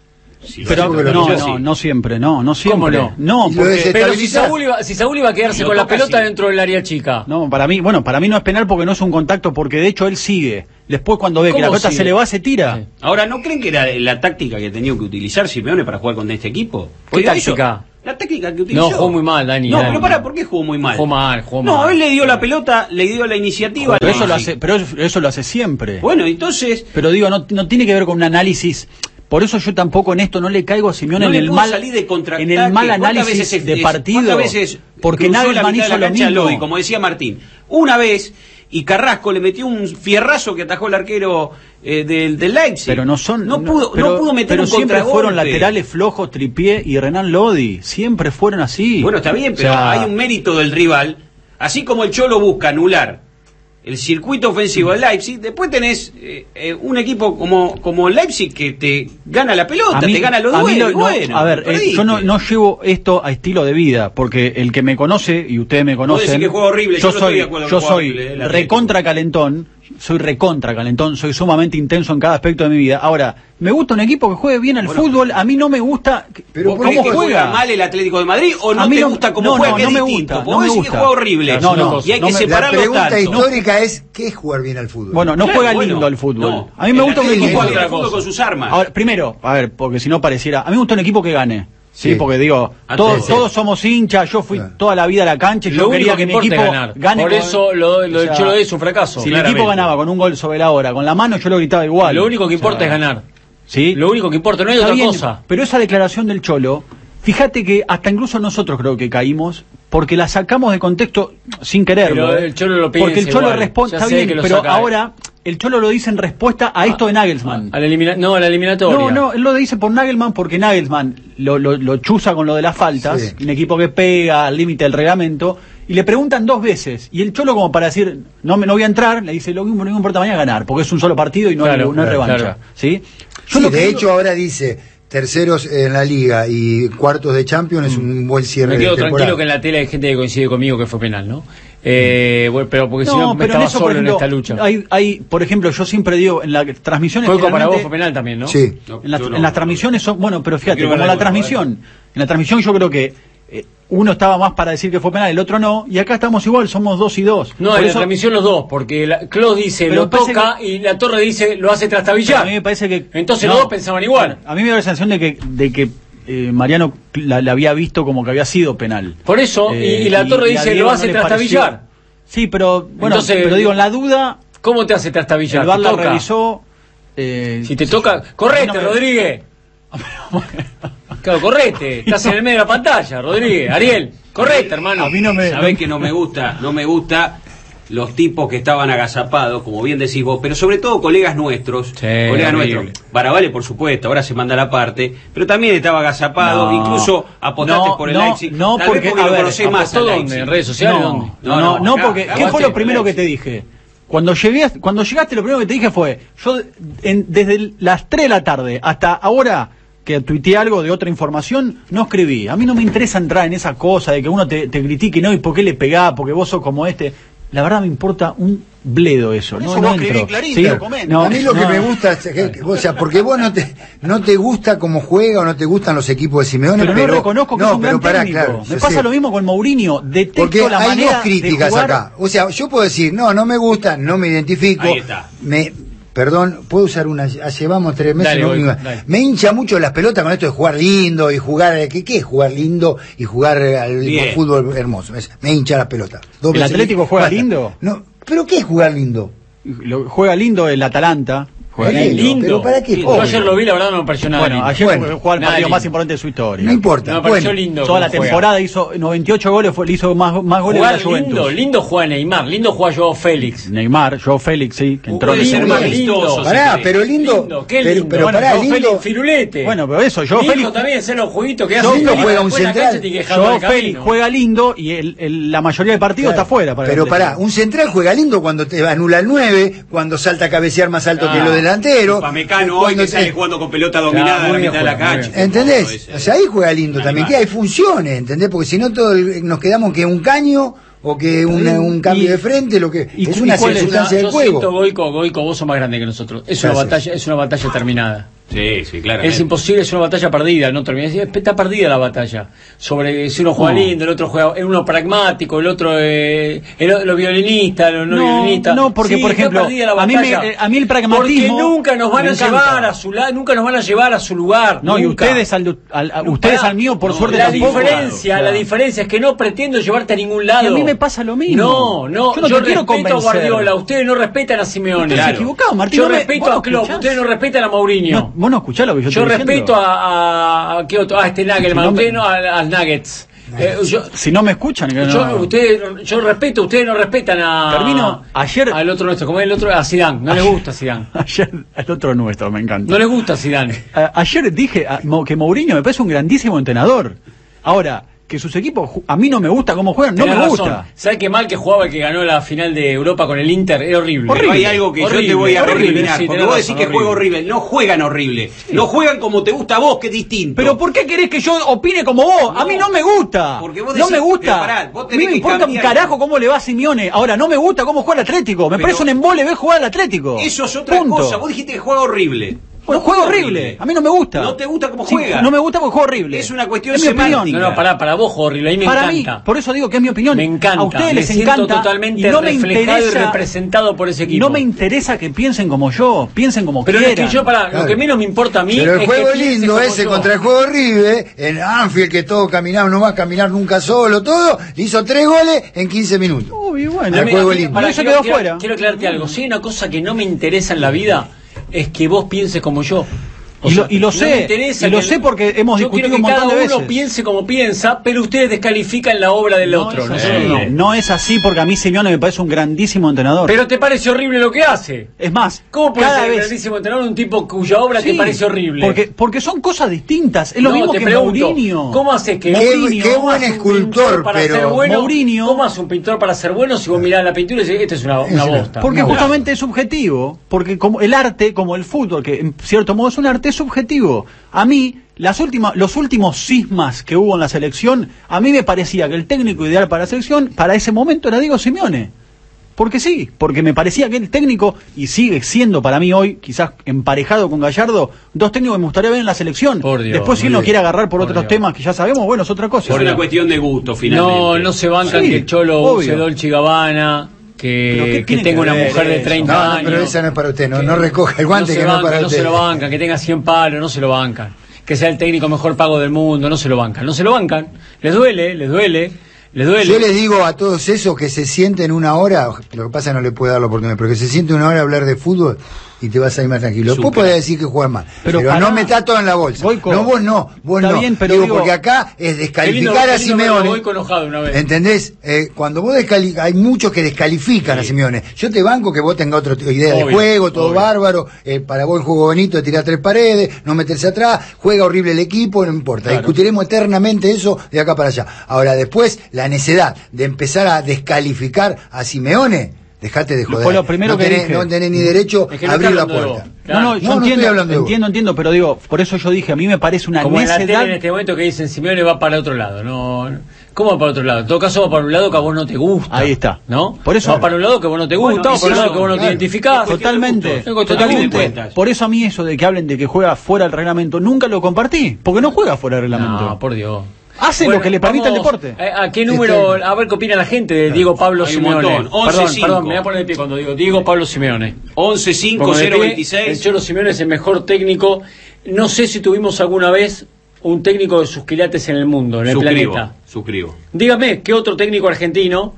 Sí, Pero Yo creo que no siempre, no siempre. ¿Cómo no? No, Y lo porque de- Pero si Estabilizar. Saúl iba a quedarse Lo con la toca pelota así. dentro del área chica. no, para mí no es penal porque no es un contacto, porque de hecho él sigue. Después cuando ve que ¿Cómo la pelota sigue? se le va, se tira. Sí. Ahora, ¿no creen que era la táctica que tenía que utilizar Simeone para jugar con este equipo? Porque táctica? La técnica que utilizó. No, jugó muy mal, Dani. No, Dani. pero ¿por qué jugó muy mal? Jugó mal. No, él le dio la pelota, le dio la iniciativa. Pero al eso lo Leipzig. hace, pero eso lo hace siempre. Bueno, entonces... Pero digo, no tiene que ver con un análisis. Por eso yo tampoco en esto no le caigo a Simeone No en le el pudo mal salir de contraataque. en el mal ¿Cuántas análisis veces de partido. ¿Cuántas veces Porque cruzó la Nagelsmann mitad de hizo la lo cancha a mismo. Lodi, como decía Martín? Una vez, y Carrasco le metió un fierrazo que atajó el arquero del Leipzig. Pero no son. No pudo meter pero un siempre contragolpe. fueron laterales flojos, Tripié y Renan Lodi. Siempre fueron así. Bueno, está bien, O pero sea, hay un mérito del rival. Así como el Cholo busca anular el circuito ofensivo del Leipzig, después tenés un equipo como el Leipzig que te gana la pelota, te gana los a mí duelos. no, Bueno, a ver, perdiste. yo no llevo esto a estilo de vida, porque el que me conoce, y ustedes me Vos decís conocen, que juega horrible, yo no estoy de acuerdo que yo juega soy horrible, el Atlético. recontra calentón, soy recontra calentón, soy sumamente intenso en cada aspecto de mi vida. Ahora, me gusta un equipo que juegue bien al fútbol, a mí no me gusta ¿Cómo juega mal el Atlético de Madrid o no te gusta cómo juega? Que es distinto. No me gusta. Que juega horrible. Y hay que separar los tantos. La pregunta histórica es, ¿qué es jugar bien al fútbol? Bueno, no juega lindo al fútbol. A mí me gusta un equipo que juega al fútbol con sus armas. Ahora, primero, a ver, porque si no pareciera, a mí me gusta un equipo que gane. Sí, porque digo, todos somos hinchas, yo fui toda la vida a la cancha y yo quería que mi equipo gane. Por eso lo del Cholo es un fracaso. Si el equipo ganaba con un gol sobre la hora, con la mano, yo lo gritaba igual. Lo único que importa es ganar. ¿Sí? Lo único que importa, no hay otra cosa. Pero esa declaración del Cholo, fíjate que hasta incluso nosotros creo que caímos, porque la sacamos de contexto sin quererlo. Pero el Cholo lo piensa porque el Cholo igual. responde, está bien, pero ahora el Cholo lo dice en respuesta a esto de Nagelsmann. A la eliminatoria. No, él lo dice por Nagelsmann porque Nagelsmann lo chuza con lo de las faltas, un equipo que pega al límite del reglamento, y le preguntan 2 veces, y el Cholo como para decir, no voy a entrar, le dice, lo mismo no importa mañana ganar, porque es un solo partido y no hay revancha. Claro. ¿Sí? De hecho ahora dice, terceros en la Liga y cuartos de Champions es un buen cierre. Me quedo tranquilo que en la tele hay gente que coincide conmigo que fue penal, ¿no? Bueno, pero porque si no me estaba solo ejemplo, en esta lucha. Hay, por ejemplo, yo siempre digo, en las transmisiones... Fue para vos, fue penal también, ¿no? Sí. En las transmisiones son... Bueno, pero fíjate, como la transmisión... En la transmisión yo creo que uno estaba más para decir que fue penal, el otro no, y acá estamos igual, somos 2 y 2. No, en la transmisión los dos, porque Klos dice lo toca y la Torre dice lo hace trastabillar. A mí me parece que... Entonces los dos pensaban igual. A mí me da la sensación de que Mariano la había visto como que había sido penal. Por eso, y la Torre dice lo hace trastabillar. Sí, pero bueno, entonces, pero digo, en la duda... ¿Cómo te hace trastabillar? El VAR la revisó... si te toca... ¡Correte, Rodríguez! Claro, correte, estás en el medio de la pantalla, Rodríguez, Ariel, correte, hermano. A mí no me... ¿Sabés que no me gusta los tipos que estaban agazapados, como bien decís vos, pero sobre todo colegas nuestros, Baravale por supuesto, ahora se manda la parte, pero también estaba agazapado, incluso apostaste por el Leipzig. No, porque lo conocés más al Leipzig. ¿En redes sociales? No, porque ¿qué fue lo primero que te dije? Cuando llegaste, lo primero que te dije fue, yo desde las 3 de la tarde hasta ahora que tuiteé algo de otra información, no escribí. A mí no me interesa entrar en esa cosa de que uno te critique, ¿no? ¿Y por qué le pegás? Porque vos sos como este. La verdad me importa un bledo eso. Por eso no entro. Clarito, ¿sí? A mí lo que me gusta es o sea, porque vos no te gusta cómo juega o no te gustan los equipos de Simeone, pero no reconozco que es un gran técnico. Claro, me pasa lo mismo con Mourinho. Detesto porque la manera hay 2 críticas de jugar. acá. O sea, yo puedo decir, no me gusta, no me identifico. Ahí está. Perdón, puedo usar una. Llevamos 3 meses. Dale. Me hincha mucho las pelotas con esto de jugar lindo y jugar. ¿Qué es jugar lindo y jugar al fútbol hermoso? Me hincha las pelotas. ¿El Atlético juega lindo? No, ¿pero qué es jugar lindo? Juega lindo el Atalanta. Juega lindo. ¿Pero para qué? Yo ayer lo vi, la verdad no me pareció nada lindo. Ayer jugó el partido más importante de su historia. No importa. No me pareció lindo. Toda la temporada hizo 98 goles, le hizo más goles que la Juventus. Lindo juega Neymar, lindo juega Joao Félix. Joao Félix, sí, que entró puede ser más vistoso. Pará, pero lindo. Pero pará, lindo. Firulete. Bueno, pero eso, Joao Félix también hacer los jueguitos que hace. Lindo juega un central. Joao Félix juega lindo y la mayoría del partido está fuera. Pero pará, un central juega lindo cuando te anula el 9, cuando salta a cabecear más alto que los delanteros. Mecano hoy que sale jugando con pelota dominada en la mitad de la cancha. ¿Entendés? O sea, ahí juega lindo también, que hay funciones, ¿entendés? Porque si no todos nos quedamos que un caño o que un cambio de frente, lo que es una circunstancia del juego. Goico, vos sos más grande que nosotros. Es una batalla terminada. Sí, claro. Es imposible, es una batalla perdida, no termina. Está perdida la batalla. Sobre si uno juega lindo, el otro juega, uno pragmático, el otro los violinistas, los no violinistas. No, porque por ejemplo, a mí el pragmatismo. Porque nunca nos van a llevar a su lado, nunca nos van a llevar a su lugar. No, nunca. Y ustedes al mío, por suerte tampoco. La diferencia es que no pretendo llevarte a ningún lado. Y a mí me pasa lo mismo. Yo respeto a Guardiola, ustedes no respetan a Simeone. Estás equivocado, Martín. Yo respeto a Klopp, ustedes no respetan a Mourinho. Vos no escuchás lo que yo estoy diciendo. Yo respeto a ¿qué otro? A este Nagelsmann, ustedes no, al Nuggets. Si no me escuchan, yo respeto, ustedes no respetan a. Termino ayer. Al otro nuestro, como el otro, a Zidane. No les gusta Zidane. Ayer, el otro nuestro, me encanta. No les gusta Zidane. Ayer dije que Mourinho me parece un grandísimo entrenador. Ahora, que sus equipos, a mí no me gusta cómo juegan, no Tenés me razón. gusta. ¿Sabes qué mal que jugaba el que ganó la final de Europa con el Inter? Era horrible. Pero hay algo que Horrible, yo te voy a horrible, recriminar, sí, porque tenés vos razón, decís que juega horrible. No juegan horrible. No juegan como te gusta a vos, que es distinto. Pero ¿por qué querés que yo opine como vos? A mí no me gusta. Porque vos no decís- me gusta. pero pará, vos A tenés mí me que importa un cambiar. carajo cómo le va a Simeone. Ahora, no me gusta cómo juega el Atlético. Me Pero- parece un embole ver jugar al Atlético. Eso es otra Punto. cosa. Vos dijiste que juega horrible. No, juega horrible. A mí no me gusta. No te gusta cómo Sí, juega. no me gusta porque juega horrible. Es una cuestión Es mi semántica. opinión. No, para vos juega horrible, a mí me Para encanta. mí, por eso digo que es mi opinión. Me encanta. A ustedes me les siento encanta. totalmente y no me reflejado y interesa, representado por ese equipo. no me interesa que piensen como yo, piensen como Pero quieran. es que yo, lo que menos me importa a mí Pero el es juego que piense lindo como ese yo. contra el juego River, en Anfield, que todo caminaba, no va a caminar nunca solo, todo, le hizo 3 goles en 15 minutos. Uy, bueno, El juego lindo. Pero eso quedó fuera. Quiero aclararte algo. Si hay una cosa que no me interesa en la vida, es que vos pienses como yo. O Y sea, lo no sé, me interesa y lo que- sé porque hemos yo discutido quiero un que montón cada de uno veces. piense como piensa, pero ustedes descalifican la obra del otro. Nosotros no. No es así porque a mí Simeone me parece un grandísimo entrenador. Pero te parece horrible lo que hace. Es más, ¿Cómo puede cada ser vez grandísimo entrenador un tipo cuya obra te Sí, parece horrible? Porque son cosas distintas. Es lo No, mismo te que pregunto, Mourinho. ¿cómo haces que Qué ¿cómo buen hace un escultor, pintor para pero ser bueno? Mourinho- ¿Cómo hace un pintor para ser bueno si vos mirás la pintura y decís, esto es una bosta? Porque No. justamente es subjetivo, porque como el arte, como el fútbol, que en cierto modo es un arte, es subjetivo. A mí, los últimos cismas que hubo en la selección, a mí me parecía que el técnico ideal para la selección, para ese momento era Diego Simeone. Porque sí, porque me parecía que el técnico, y sigue siendo para mí hoy, quizás emparejado con Gallardo, dos técnicos que me gustaría ver en la selección. Por Dios, Después si él muy no bien. quiere agarrar por otros Dios. temas que ya sabemos, bueno, es otra cosa. Es una cuestión de gusto, finalmente. No se bancan Sí, que el Cholo obvio. use Dolce y Gabbana, ¿Pero qué que tiene tenga que una ver mujer de eso? 30 No, años. pero esa no es para usted, no, que no recoja el guante se que no es banca, para no usted. se lo bancan, que tenga 100 palos, no se lo bancan. Que sea el técnico mejor pago del mundo, no se lo bancan. No se lo bancan. Les duele. Yo les digo a todos esos que se sienten una hora, lo que pasa es que no le puedo dar la oportunidad, pero que se sienten una hora a hablar de fútbol y te vas a ir más tranquilo. Vos podés decir que juegas mal, pero Pero pará. no metás todo en la bolsa. Goico. No, vos no, vos Está no. bien, pero digo, digo- porque acá es descalificar a Simeone. Voy enojado una vez. ¿Entendés? Cuando vos hay muchos que descalifican a Simeone. Yo te banco que vos tengas otra idea de Obvio, juego, todo obvio. bárbaro. Para vos el juego bonito de tirar 3 paredes, no meterse atrás, juega horrible el equipo, no importa. Claro. Discutiremos eternamente eso de acá para allá. Ahora, después, la necedad de empezar a descalificar a Simeone, dejate de joder. Fue lo primero no que tenés, dije. no tenés ni derecho Es que no a abrir está la hablando de puerta. vos. Claro. No, yo No, no estoy hablando de vos. entiendo, pero digo, por eso yo dije, a mí me parece una Como en la tele necedad. en este momento que dicen Simeone va para otro lado. No, ¿cómo va para otro lado? En todo caso va para un lado que a vos no te gusta. Ahí está. ¿No? Por eso- va para un lado que vos no te Bueno, gusta, y o para un sí, lado que vos no te claro. identificás. Totalmente, Es cuestión de totalmente. cuentas. Por eso a mí eso de que hablen de que juega fuera del reglamento, nunca lo compartí, porque no juega fuera del reglamento. No, por Dios. Hace lo que le permite el vamos, deporte. ¿A qué número? A ver qué opina la gente de Diego Pablo Hay un Simeone. montón. 11-5. Perdón, me voy a poner de pie cuando digo Diego Pablo Simeone. 11-5-0-26. El Cholo Simeone es el mejor técnico. No sé si tuvimos alguna vez un técnico de sus quilates en el mundo, en el planeta. Suscribo. Dígame, ¿qué otro técnico argentino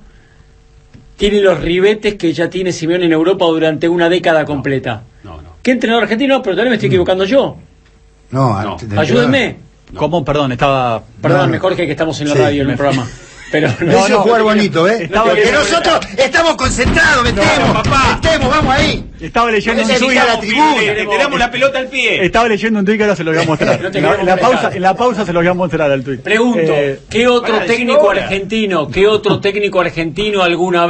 tiene los ribetes que ya tiene Simeone en Europa durante una década completa? No. ¿Qué entrenador argentino? Pero también me estoy equivocando yo. No. Ayúdenme. ¿Cómo? Perdón, estaba... Perdóname, no. Jorge, que estamos en la Sí, radio, en el programa. Pero Eso es jugar bonito, ¿eh? Estaba Porque leyendo- nosotros estamos concentrados, metemos, vamos ahí. Estaba leyendo un Ese tuit. a la tribuna. Te damos la pelota al pie. Estaba leyendo un tuit que ahora se lo voy a mostrar. No te En la- queremos en, la pausa, dejar. en la pausa se lo voy a mostrar al tuit. pregunto, ¿qué otro pará, técnico ahora. argentino alguna vez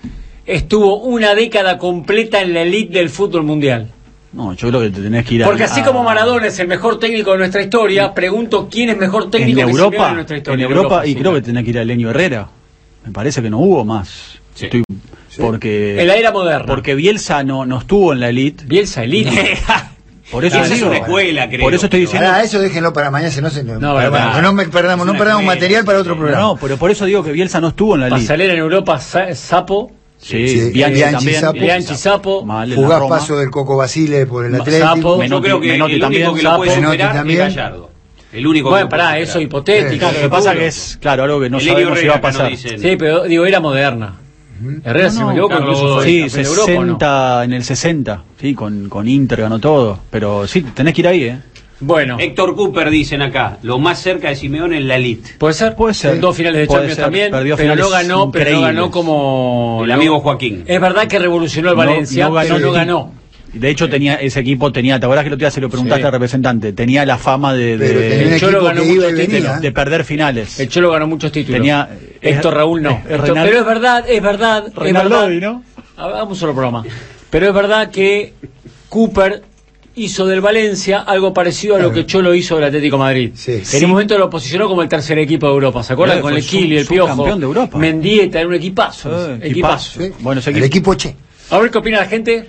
estuvo una década completa en la elite del fútbol mundial? No, yo creo que te tenés que ir a... Porque así como Maradona es el mejor técnico de nuestra historia, pregunto quién es mejor técnico en que Simeone Europa, en nuestra historia. en Europa, y sí, creo que claro. tenés que ir a Elenio Herrera. Me parece que no hubo más. Sí. Estoy- Porque En la era moderna. porque Bielsa no estuvo en la elite. Bielsa elite. Por eso Esa es digo, una escuela, creo. por eso estoy diciendo. Ahora, eso déjenlo para mañana, si no se No, para- verdad. para- no me perdamos, Es no una perdamos escuela. material para otro programa. No, pero por eso digo que Bielsa no estuvo en la elite. Pasalera en Europa, Sapo, Sí, Sí, Bianchi Bianchi, también. Sapo. Bianchi, Sapo, Mal en la Fugaz Roma. paso del Coco Basile por el Sapo. Atlético. Menotti- Yo creo que Menotti el único también, que lo puede Sapo. Menotti superar es también. Gallardo. El único Bueno, que lo puede pará, eso superar. hipotético. Sí, Lo que pasa que es, claro, algo que no Elenio sabemos si va a Herrera, acá pasar. nos dicen. Sí, pero digo, era moderna. Herrera, si no me equivoco, Carlos incluso fue Sí, campeón de Europa, ¿o no? 60, en el 60, sí, con Inter ganó todo. Pero sí, tenés que ir ahí, ¿eh? Bueno, Héctor Cooper dicen acá, lo más cerca de Simeone en la elite. puede ser. Puede ser. Dos finales de Puede Champions ser. también, Perdió pero no finales ganó, pero no increíbles. ganó como El amigo Joaquín. Es verdad que revolucionó el No- Valencia, no ganó, pero no sí. ganó. De hecho, ese equipo tenía, ¿te acordás que el otro día se lo preguntaste al representante? Tenía la fama el Cholo ganó muchos títulos. De perder finales. El Cholo ganó muchos títulos. Tenía Héctor Raúl no. Pero es verdad. Reinaldo, ¿no? Hagamos un solo programa. Pero es verdad que Cooper hizo del Valencia algo parecido a lo que Cholo hizo del Atlético Madrid. En un momento lo posicionó como el tercer equipo de Europa. ¿Se acuerdan? Con el Kili, el Piojo, campeón de Europa. Mendieta, era un equipazo. Equipazo. Sí. Bueno, el equipo Che. A ver qué opina la gente.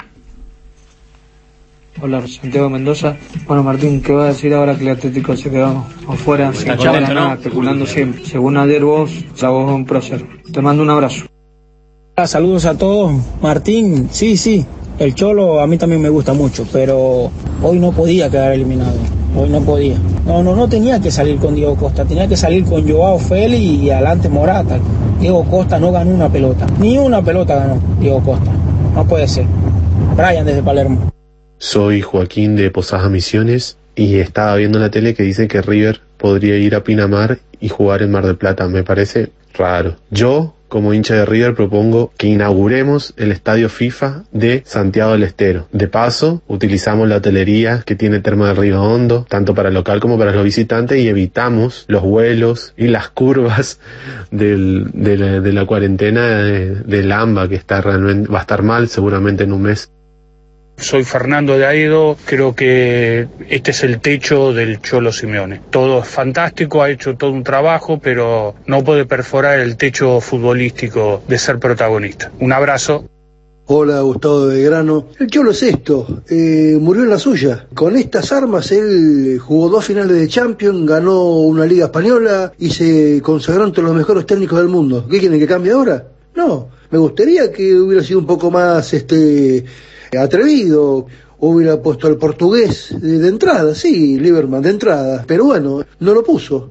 Hola, Santiago Mendoza. Bueno, Martín, ¿qué vas a decir ahora que el Atlético se quedó afuera, sin echar nada, especulando siempre? Según ayer vos, la voz de un prócer. Te mando un abrazo. Saludos a todos. Martín, sí, el Cholo a mí también me gusta mucho, pero hoy no podía quedar eliminado. Hoy no podía. No tenía que salir con Diego Costa, tenía que salir con Joao Félix y adelante Morata. Diego Costa no ganó una pelota, ni una pelota ganó Diego Costa. No puede ser. Brian desde Palermo. Soy Joaquín de Posadas Misiones y estaba viendo en la tele que dice que River podría ir a Pinamar y jugar en Mar del Plata. Me parece raro. Yo, como hincha de River, propongo que inauguremos el estadio FIFA de Santiago del Estero. De paso, utilizamos la hotelería que tiene Termas del Río Hondo, tanto para el local como para los visitantes, y evitamos los vuelos y las curvas de la cuarentena del AMBA, que está realmente, va a estar mal seguramente en un mes. Soy Fernando de Aedo, creo que este es el techo del Cholo Simeone. Todo es fantástico, ha hecho todo un trabajo, pero no puede perforar el techo futbolístico de ser protagonista. Un abrazo. Hola, Gustavo de Belgrano. El Cholo es esto, murió en la suya. Con estas armas él jugó 2 finales de Champions, ganó una Liga Española y se consagró entre los mejores técnicos del mundo. ¿Qué quieren que cambie ahora? No, me gustaría que hubiera sido un poco más atrevido, hubiera puesto al portugués de entrada, sí, Lieberman de entrada, pero bueno, no lo puso.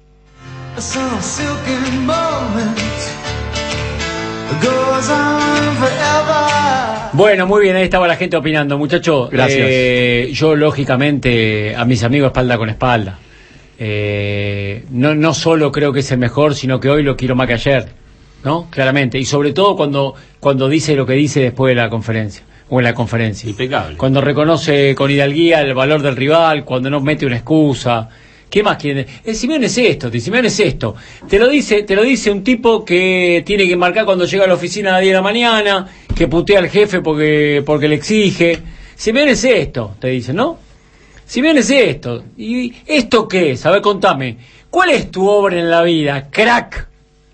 Bueno, muy bien, ahí estaba la gente opinando, muchachos. Gracias. Yo, lógicamente, a mis amigos espalda con espalda. No solo creo que es el mejor, sino que hoy lo quiero más que ayer, ¿no? Claramente. Y sobre todo cuando dice lo que dice después de la conferencia. O en la conferencia. Impecable. Cuando reconoce con hidalguía el valor del rival, cuando no mete una excusa. ¿Qué más quiere? Simeone es esto, Simeone es esto. Te lo dice un tipo que tiene que marcar cuando llega a la oficina a las 10 de la mañana, que putea al jefe porque le exige. Simeone es esto, te dice, ¿no? Simeone es esto. ¿Y esto qué es? A ver, contame. ¿Cuál es tu obra en la vida, crack?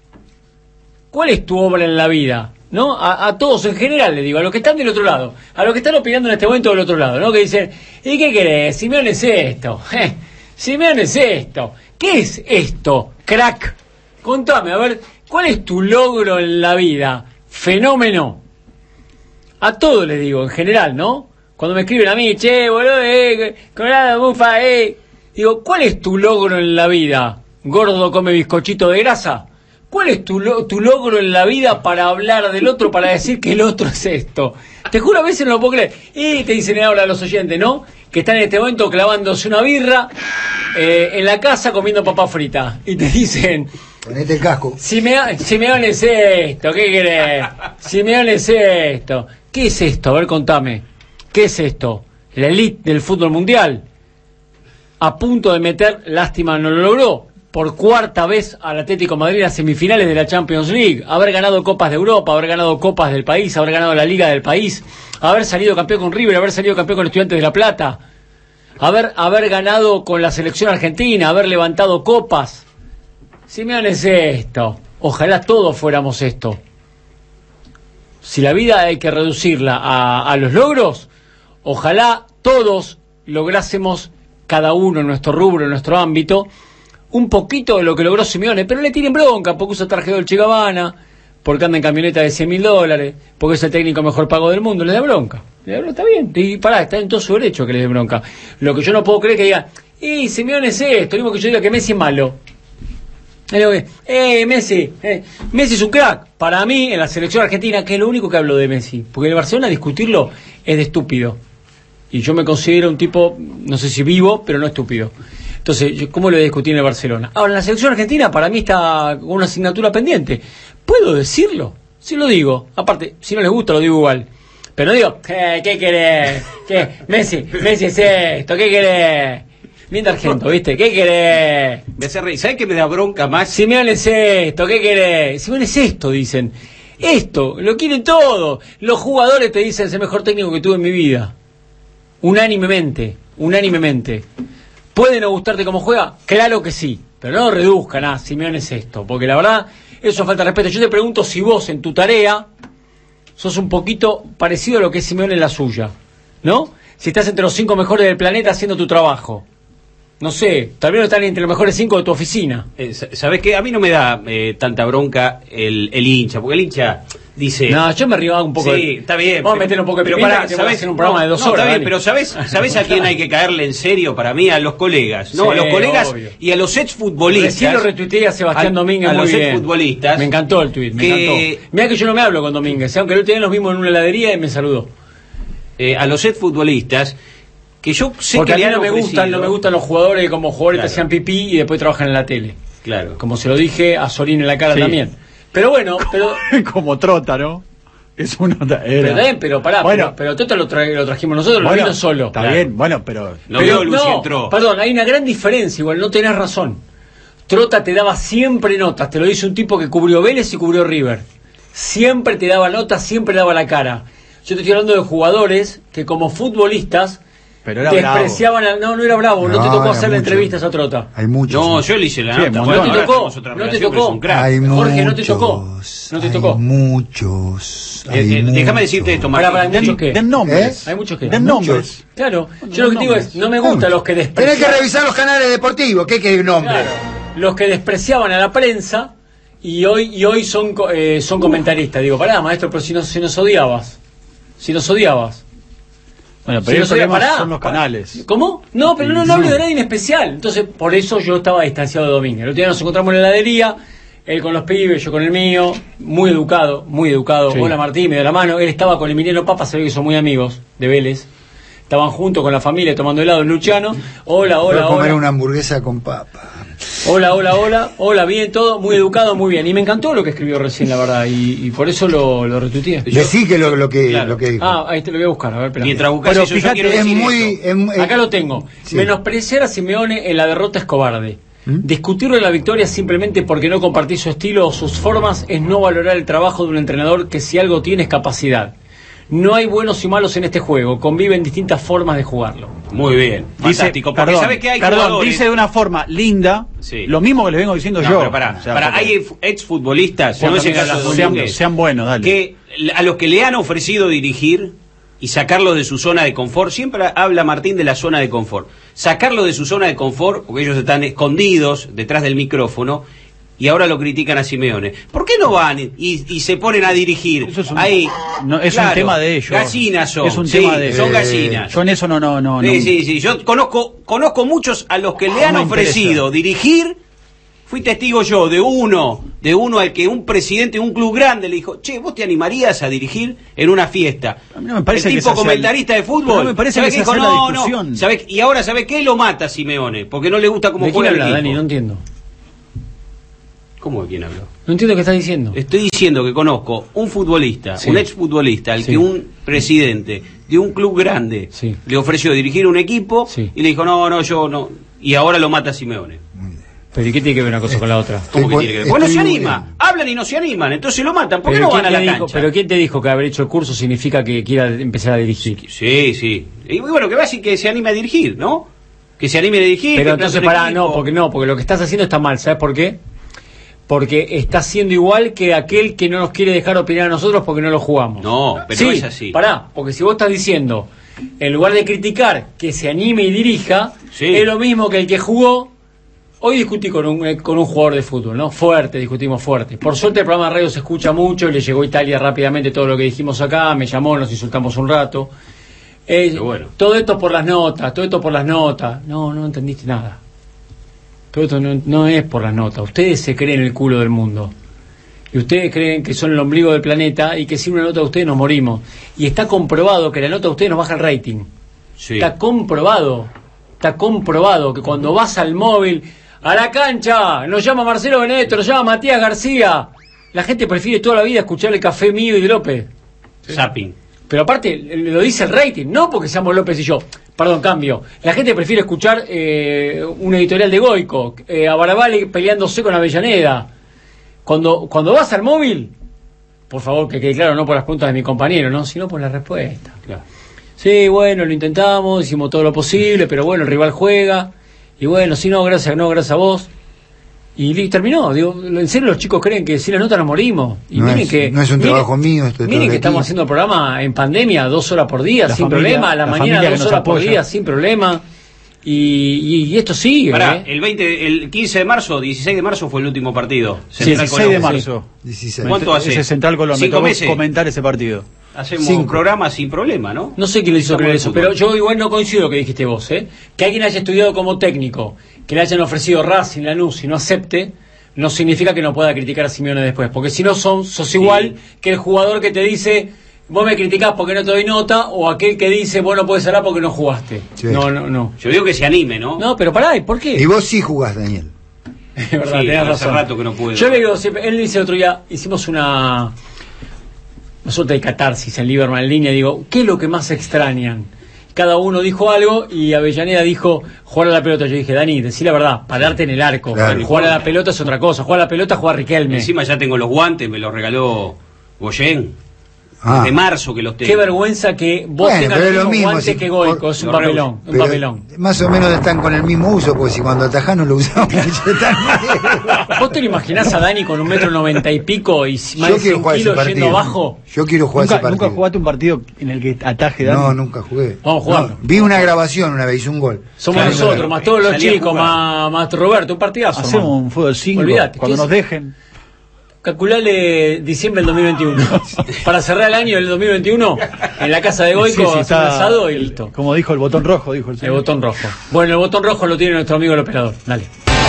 ¿Cuál es tu obra en la vida? ¿No? A todos en general, le digo, a los que están del otro lado, a los que están opinando en este momento del otro lado, ¿no? Que dicen, ¿y qué querés? Simeone es esto. Simeone es esto. ¿Qué es esto, crack? Contame, a ver, ¿cuál es tu logro en la vida? Fenómeno. A todos les digo, en general, ¿no? Cuando me escriben a mí, che, boludo, colada, bufa, digo, ¿cuál es tu logro en la vida? ¿Gordo come bizcochito de grasa? ¿Cuál es tu logro en la vida para hablar del otro, para decir que el otro es esto? Te juro, a veces no lo puedo creer. Y te dicen ahora los oyentes, ¿no? Que están en este momento clavándose una birra en la casa comiendo papa frita. Y te dicen... Ponete el casco. Simeone es esto, ¿qué querés? Simeone es esto. ¿Qué es esto? A ver, contame. ¿Qué es esto? La elite del fútbol mundial. A punto de meter, lástima no lo logró, por 4ª vez al Atlético de Madrid a semifinales de la Champions League, haber ganado Copas de Europa, haber ganado Copas del país, haber ganado la Liga del país, haber salido campeón con River, haber salido campeón con Estudiantes de La Plata, haber ganado con la selección argentina, haber levantado copas. Simeone es esto. Ojalá todos fuéramos esto. Si la vida hay que reducirla a los logros, ojalá todos lográsemos, cada uno en nuestro rubro, en nuestro ámbito, un poquito de lo que logró Simeone, pero le tienen bronca porque usa traje Dolce & Gabbana, porque anda en camioneta de $100.000, porque es el técnico mejor pago del mundo, le da bronca. Está bien, y pará, está en todo su derecho que le dé bronca. Lo que yo no puedo creer es que diga, Simeone es esto, lo mismo que yo diga que Messi es malo. Messi es un crack. Para mí, en la selección argentina, que es lo único que hablo de Messi, porque en el Barcelona discutirlo es de estúpido. Y yo me considero un tipo, no sé si vivo, pero no estúpido. Entonces, ¿cómo lo voy a discutir en el Barcelona? Ahora, en la selección argentina, para mí está con una asignatura pendiente. ¿Puedo decirlo? Sí lo digo. Aparte, si no les gusta, lo digo igual. Pero digo, ¿qué querés? Messi es esto, ¿qué querés? Bien de Argento, ¿viste? ¿Qué querés? Me hace reír. ¿Sabes qué me da bronca más? Simeone es esto, ¿qué querés? Simeone es esto, dicen. Esto, lo quieren todo. Los jugadores te dicen, es el mejor técnico que tuve en mi vida. Unánimemente. ¿Puede no gustarte cómo juega? Claro que sí. Pero no reduzcan a Simeone es esto. Porque la verdad, eso falta de respeto. Yo te pregunto si vos en tu tarea sos un poquito parecido a lo que es Simeone en la suya, ¿no? Si estás entre los 5 mejores del planeta haciendo tu trabajo. No sé, tal vez no están entre los mejores 5 de tu oficina. ¿Sabes qué? A mí no me da tanta bronca el hincha, porque el hincha dice... No, yo me río un poco. Sí, está bien. Vamos a meter un poco de pimienta, ¿sabes? Hacer un programa de 2 horas. Está bien, Dani. pero ¿sabes a quién hay que caerle en serio? Para mí, a los colegas. No, Sí, a los colegas obvio. y a los exfutbolistas. Recién lo retuiteé a Sebastián Domínguez, a muy los bien. exfutbolistas. Me encantó el tuit, me encantó. Mirá que yo no me hablo con Domínguez, aunque el otro día nos vimos en una heladería y me saludó. A los exfutbolistas, que yo sé porque que a mí no me gustan los jugadores que como jugadores te hacían pipí y después trabajan en la tele. Claro. Como se lo dije a Sorín en la cara también. Pero bueno, como Trota, ¿no? Es una pero pará, bueno, pero Tota lo trajimos nosotros, bueno, lo vino solo. Está bien, bueno, pero perdón, hay una gran diferencia, igual no tenés razón. Trota te daba siempre notas, te lo dice un tipo que cubrió Vélez y cubrió River. Siempre te daba notas, siempre daba la cara. Yo te estoy hablando de jugadores que como futbolistas pero era despreciaban bravo. No era bravo, no te tocó hacerle entrevistas a Trota. Hay muchos. No, yo le hice la nota. No te tocó. Hay Jorge, no te muchos, tocó. No te tocó. Muchos. Déjame decirte esto, Martín. ¿Hay muchos qué? Den nombres. Hay muchos que. Den nombres. Claro, yo lo que te digo es, no me gustan los que despreciaban. Tenés que revisar los canales deportivos, ¿qué nombre? Claro, los que despreciaban a la prensa y hoy son comentaristas. Digo, pará, maestro, pero si nos odiabas. Bueno, pero si eso son los canales. ¿Cómo? No, pero no hablo de nadie en especial. Entonces, por eso yo estaba distanciado de Domínguez. El otro día nos encontramos en la heladería, él con los pibes, yo con el mío, muy educado. Sí. Hola Martín, me dio la mano. Él estaba con Emiliano Papa, se ve que son muy amigos de Vélez. Estaban juntos con la familia tomando helado en Luciano. Hola. Comer una hamburguesa con papa. Hola, bien, todo, muy educado, muy bien. Y me encantó lo que escribió recién, la verdad, y por eso lo retuiteé. Decí que lo que dijo. Ahí te lo voy a buscar, a ver, espera. Mientras buscas eso, fíjate, es muy... Acá lo tengo. Sí. Menospreciar a Simeone en la derrota es cobarde. Discutirle la victoria simplemente porque no compartís su estilo o sus formas es no valorar el trabajo de un entrenador que si algo tiene es capacidad. No hay buenos y malos en este juego, conviven distintas formas de jugarlo. Muy bien, fantástico. Porque sabes que hay jugadores... dice de una forma linda, lo mismo que les vengo diciendo yo. Pero pará, hay exfutbolistas, no es el caso de sean buenos, dale. Que a los que le han ofrecido dirigir y sacarlo de su zona de confort, siempre habla Martín de la zona de confort. Sacarlo de su zona de confort, porque ellos están escondidos detrás del micrófono, y ahora lo critican a Simeone. ¿Por qué no van y se ponen a dirigir? Eso es ahí, un tema de ellos. Gallinas son. Es un tema de son gallinas. Yo en eso no. Sí. Yo conozco muchos a los que le han ofrecido dirigir. Fui testigo yo de uno al que un presidente de un club grande le dijo, che, ¿vos te animarías a dirigir en una fiesta? A mí no me parece el tipo comentarista de fútbol. No me parece que dijo, no. Y ahora, ¿sabés qué? Lo mata Simeone, porque no le gusta cómo juega el equipo. Dani, no entiendo. ¿Cómo de quién habló? No entiendo qué estás diciendo. Estoy diciendo que conozco un futbolista, un exfutbolista, al que un presidente de un club grande le ofreció dirigir un equipo y le dijo, no, yo no. Y ahora lo mata Simeone. ¿Pero y qué tiene que ver una cosa con la otra? ¿Cómo que tiene que ver? Porque no se anima. Hablan y no se animan, entonces lo matan. ¿Por qué no van a la cancha? ¿Pero quién te dijo que haber hecho el curso significa que quiera empezar a dirigir? Sí. Y bueno, que va a decir que se anime a dirigir, ¿no? Que se anime a dirigir. Pero entonces porque lo que estás haciendo está mal, ¿sabes por qué? Porque está siendo igual que aquel que no nos quiere dejar opinar a nosotros porque no lo jugamos. No, pero no es así. Porque si vos estás diciendo, en lugar de criticar que se anime y dirija, es lo mismo que el que jugó. Hoy discutí con un jugador de fútbol, ¿no? Discutimos fuerte. Por suerte el programa de radio se escucha mucho, le llegó a Italia rápidamente todo lo que dijimos acá, me llamó, nos insultamos un rato. Todo esto por las notas. No entendiste nada. Todo esto no es por las notas. Ustedes se creen el culo del mundo. Y ustedes creen que son el ombligo del planeta y que sin una nota de ustedes nos morimos. Y está comprobado que la nota de ustedes nos baja el rating. Sí. Está comprobado que cuando vas al móvil, a la cancha, nos llama Marcelo Benedetto, nos llama Matías García, la gente prefiere toda la vida escuchar el café mío y de López. Zapping. Pero aparte, lo dice el rating, no porque seamos López y yo. Perdón, cambio. La gente prefiere escuchar un editorial de Goico, a Barabale peleándose con Avellaneda. Cuando vas al móvil, por favor, que quede claro, no por las preguntas de mi compañero, ¿no? Sino por la respuesta. Claro. Sí, bueno, lo intentamos, hicimos todo lo posible, pero bueno, el rival juega. Y bueno, si no, gracias a vos. Y terminó. Digo, en serio los chicos creen que si la nota nos morimos. Y no es un trabajo mío. Miren que estamos haciendo el programa en pandemia 2 horas por día, sin problema. A la mañana 2 horas por día, sin problema. Y esto sigue. Pará, el 15 de marzo, 16 de marzo fue el último partido. Sí, 16 de marzo. 16. ¿Cuánto hace? Ese Central Colombia. 5 meses. Comentar ese partido. Hacemos un programa sin problema, ¿no? No sé quién le hizo creer eso, pero yo igual no coincido con lo que dijiste vos, que alguien haya estudiado como técnico, que le hayan ofrecido Racing, Lanús y no acepte, no significa que no pueda criticar a Simeone después, porque si no sos igual que el jugador que te dice, vos me criticás porque no te doy nota, o aquel que dice, vos no podés hablar porque no jugaste. Sí. No. Yo digo que se anime, ¿no? No, pero pará, ¿y por qué? Y vos sí jugás, Daniel. Es verdad, Sí, tenés hace razón. rato que no puedo. Yo le digo siempre, él dice el otro día, hicimos una suerte de catarsis en Lieberman en línea, digo, ¿qué es lo que más extrañan? Cada uno dijo algo y Avellaneda dijo jugar a la pelota. Yo dije, Dani, decí la verdad, pararte en el arco. Claro. Jugar a la pelota es otra cosa. Jugar a la pelota, jugar Riquelme. Encima ya tengo los guantes, me los regaló Goyen. Desde marzo que los tengo. Qué vergüenza que vos tengas pero los mismos guantes que Goico. Es un papelón. Un papelón. Más o menos están con el mismo uso, porque si cuando atajás no lo usamos mucho. ¿Vos te lo imaginás a Dani con 1,90 m y pico y más de 100 kilos yendo abajo? Yo quiero jugar ese partido. ¿Nunca jugaste un partido en el que ataje Dani? No, nunca jugué. Vamos a jugar. No, vi una grabación una vez, hice un gol. Somos nosotros, más todos los chicos, más Roberto, un partidazo. Hacemos un fútbol 5 cuando nos dejen. Calculale diciembre del 2021. Para cerrar el año del 2021, en la casa de Goico, hacer un asado y listo. Como dijo el botón rojo, dijo el señor. El botón rojo. Bueno, el botón rojo lo tiene nuestro amigo el operador. Dale.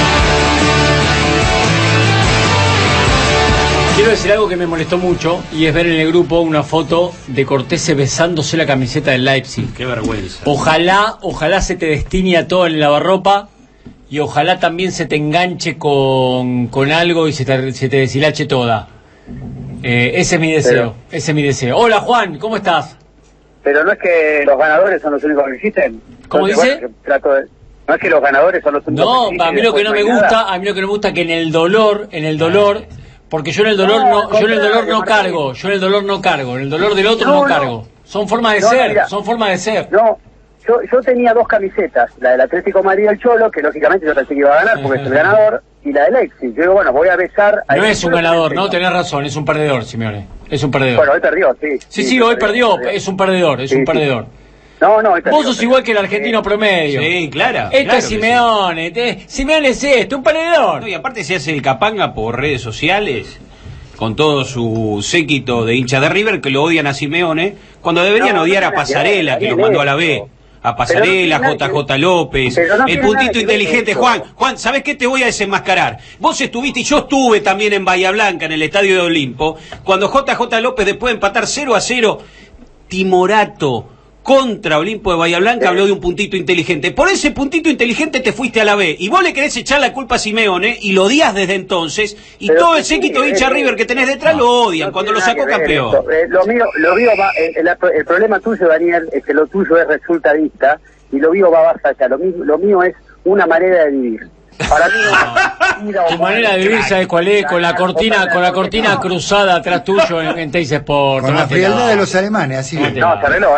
Quiero decir algo que me molestó mucho, y es ver en el grupo una foto de Cortese besándose la camiseta del Leipzig. Qué vergüenza. Ojalá se te destine a todo en el lavarropa. Y ojalá también se te enganche con algo y se te deshilache toda. Ese es mi deseo. Ese es mi deseo. Hola Juan, ¿cómo estás? Pero no es que los ganadores son los únicos que existen. ¿Cómo dice? Bueno, no es que los ganadores son los únicos que existen. No, a mí lo que no me gusta, que en el dolor, porque yo en el dolor no cargo, en el dolor del otro no cargo. Son formas de ser. No. Yo tenía 2 camisetas, la del Atlético Madrid y el Cholo, que lógicamente yo pensé que iba a ganar porque es el ganador, y la del Leipzig. Yo digo, bueno, voy a besar a... No es un ganador, no, tenés razón, es un perdedor, Simeone. Es un perdedor. Bueno, hoy perdió, sí. Sí, hoy perdió, es un perdedor, un perdedor. No, hoy perdió. Vos sos igual que el argentino promedio. Sí, claro. Es Simeone, Simeone es un perdedor. No, y aparte se hace el capanga por redes sociales, con todo su séquito de hinchas de River que lo odian a Simeone, cuando deberían odiar a Pasarela, que los mandó a la B. A Pasarela, JJ López, el puntito inteligente. Juan, ¿sabés qué? Te voy a desenmascarar. Vos estuviste y yo estuve también en Bahía Blanca, en el estadio de Olimpo, cuando JJ López, después de empatar 0-0, timorato contra Olimpo de Bahía Blanca, habló de un puntito inteligente. Por ese puntito inteligente te fuiste a la B. Y vos le querés echar la culpa a Simeone y lo odias desde entonces. Y todo el séquito de hincha River que tenés detrás lo odian cuando lo sacó campeón. Lo mío va, el problema tuyo, Daniel, es que lo tuyo es resultadista y lo mío va más allá. Lo mío es una manera de vivir. Para mí tu manera de vivir, ¿sabes cuál es? Con la cortina cruzada atrás tuyo en Teis Sport. Con la frialdad de los alemanes, así. No, se arregló,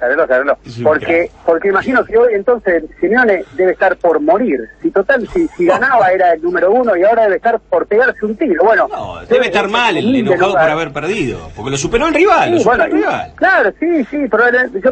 Porque imagino que hoy entonces Simeone debe estar por morir. Si ganaba era el número 1 y ahora debe estar por pegarse un tiro. Bueno, no, debe estar mal el enojado por haber perdido, porque lo superó el rival. Claro, sí, pero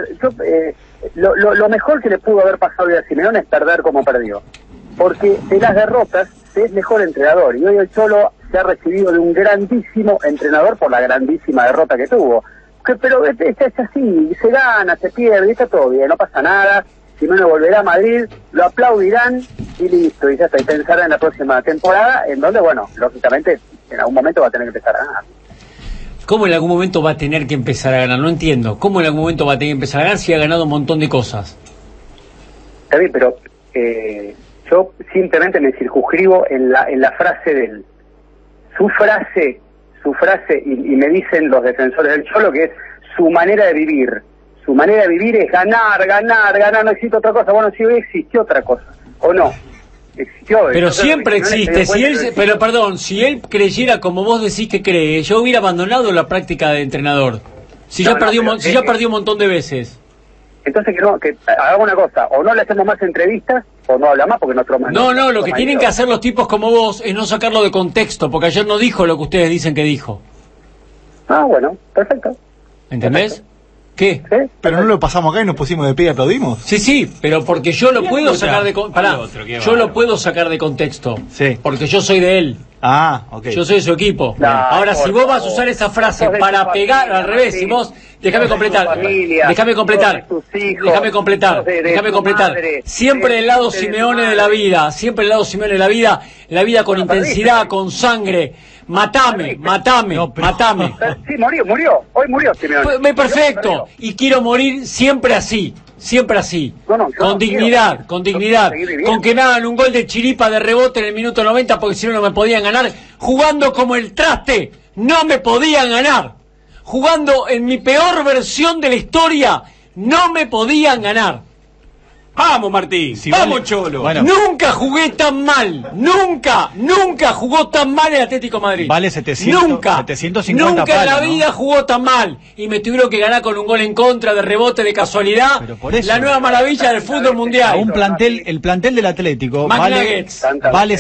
lo mejor que le pudo haber pasado a Simeone es perder como perdió. Porque de las derrotas es mejor entrenador. Y hoy el Cholo se ha recibido de un grandísimo entrenador por la grandísima derrota que tuvo. Pero es así, se gana, se pierde, está todo bien, no pasa nada. Simeone volverá a Madrid, lo aplaudirán y listo, y ya está. Y pensar en la próxima temporada, en donde, bueno, lógicamente, en algún momento va a tener que empezar a ganar. ¿Cómo en algún momento va a tener que empezar a ganar? No entiendo. ¿Cómo en algún momento va a tener que empezar a ganar si ha ganado un montón de cosas? Está bien, pero yo simplemente me circunscribo en la frase de él. Su frase, y me dicen los defensores del Cholo que es su manera de vivir. Su manera de vivir es ganar, no existe otra cosa. Bueno, si hoy existió otra cosa, ¿o no? Existió. Pero siempre existe. Pero perdón, si él creyera como vos decís que cree, yo hubiera abandonado la práctica de entrenador. Si ya perdió un montón de veces. Entonces que hagamos una cosa, o no le hacemos más entrevistas, o no habla más porque nosotros... No, lo que tienen que hacer los tipos como vos es no sacarlo de contexto, porque ayer no dijo lo que ustedes dicen que dijo. Ah, bueno, perfecto. ¿Entendés? Perfecto. ¿Qué? ¿Sí? Pero no lo pasamos acá y nos pusimos de pie y aplaudimos. Sí, pero porque yo lo puedo sacar de lo puedo sacar de contexto. Sí. Porque yo soy de él. Ah, ok. Yo soy de su equipo. Ahora, si vos vas a usar esa frase para pegar al revés, si vos... Déjame completar. Siempre el lado Simeone de la vida. La vida con intensidad, con sangre. Matame. Sí, murió. Hoy murió Simeone. Perfecto. Y quiero morir siempre así. Con dignidad. Con que me hagan un gol de chiripa de rebote en el minuto 90 porque si no me podían ganar. Jugando como el traste. No me podían ganar. Jugando en mi peor versión de la historia. No me podían ganar. Vamos, Martín. Vamos, Cholo. Bueno. Nunca jugué tan mal. Nunca jugó tan mal el Atlético de Madrid. Vale 750 Nunca palos, en la vida jugó tan mal. Y me tuvieron que ganar con un gol en contra, de rebote, de casualidad. Pero por eso, la nueva maravilla del fútbol mundial. El plantel del Atlético vale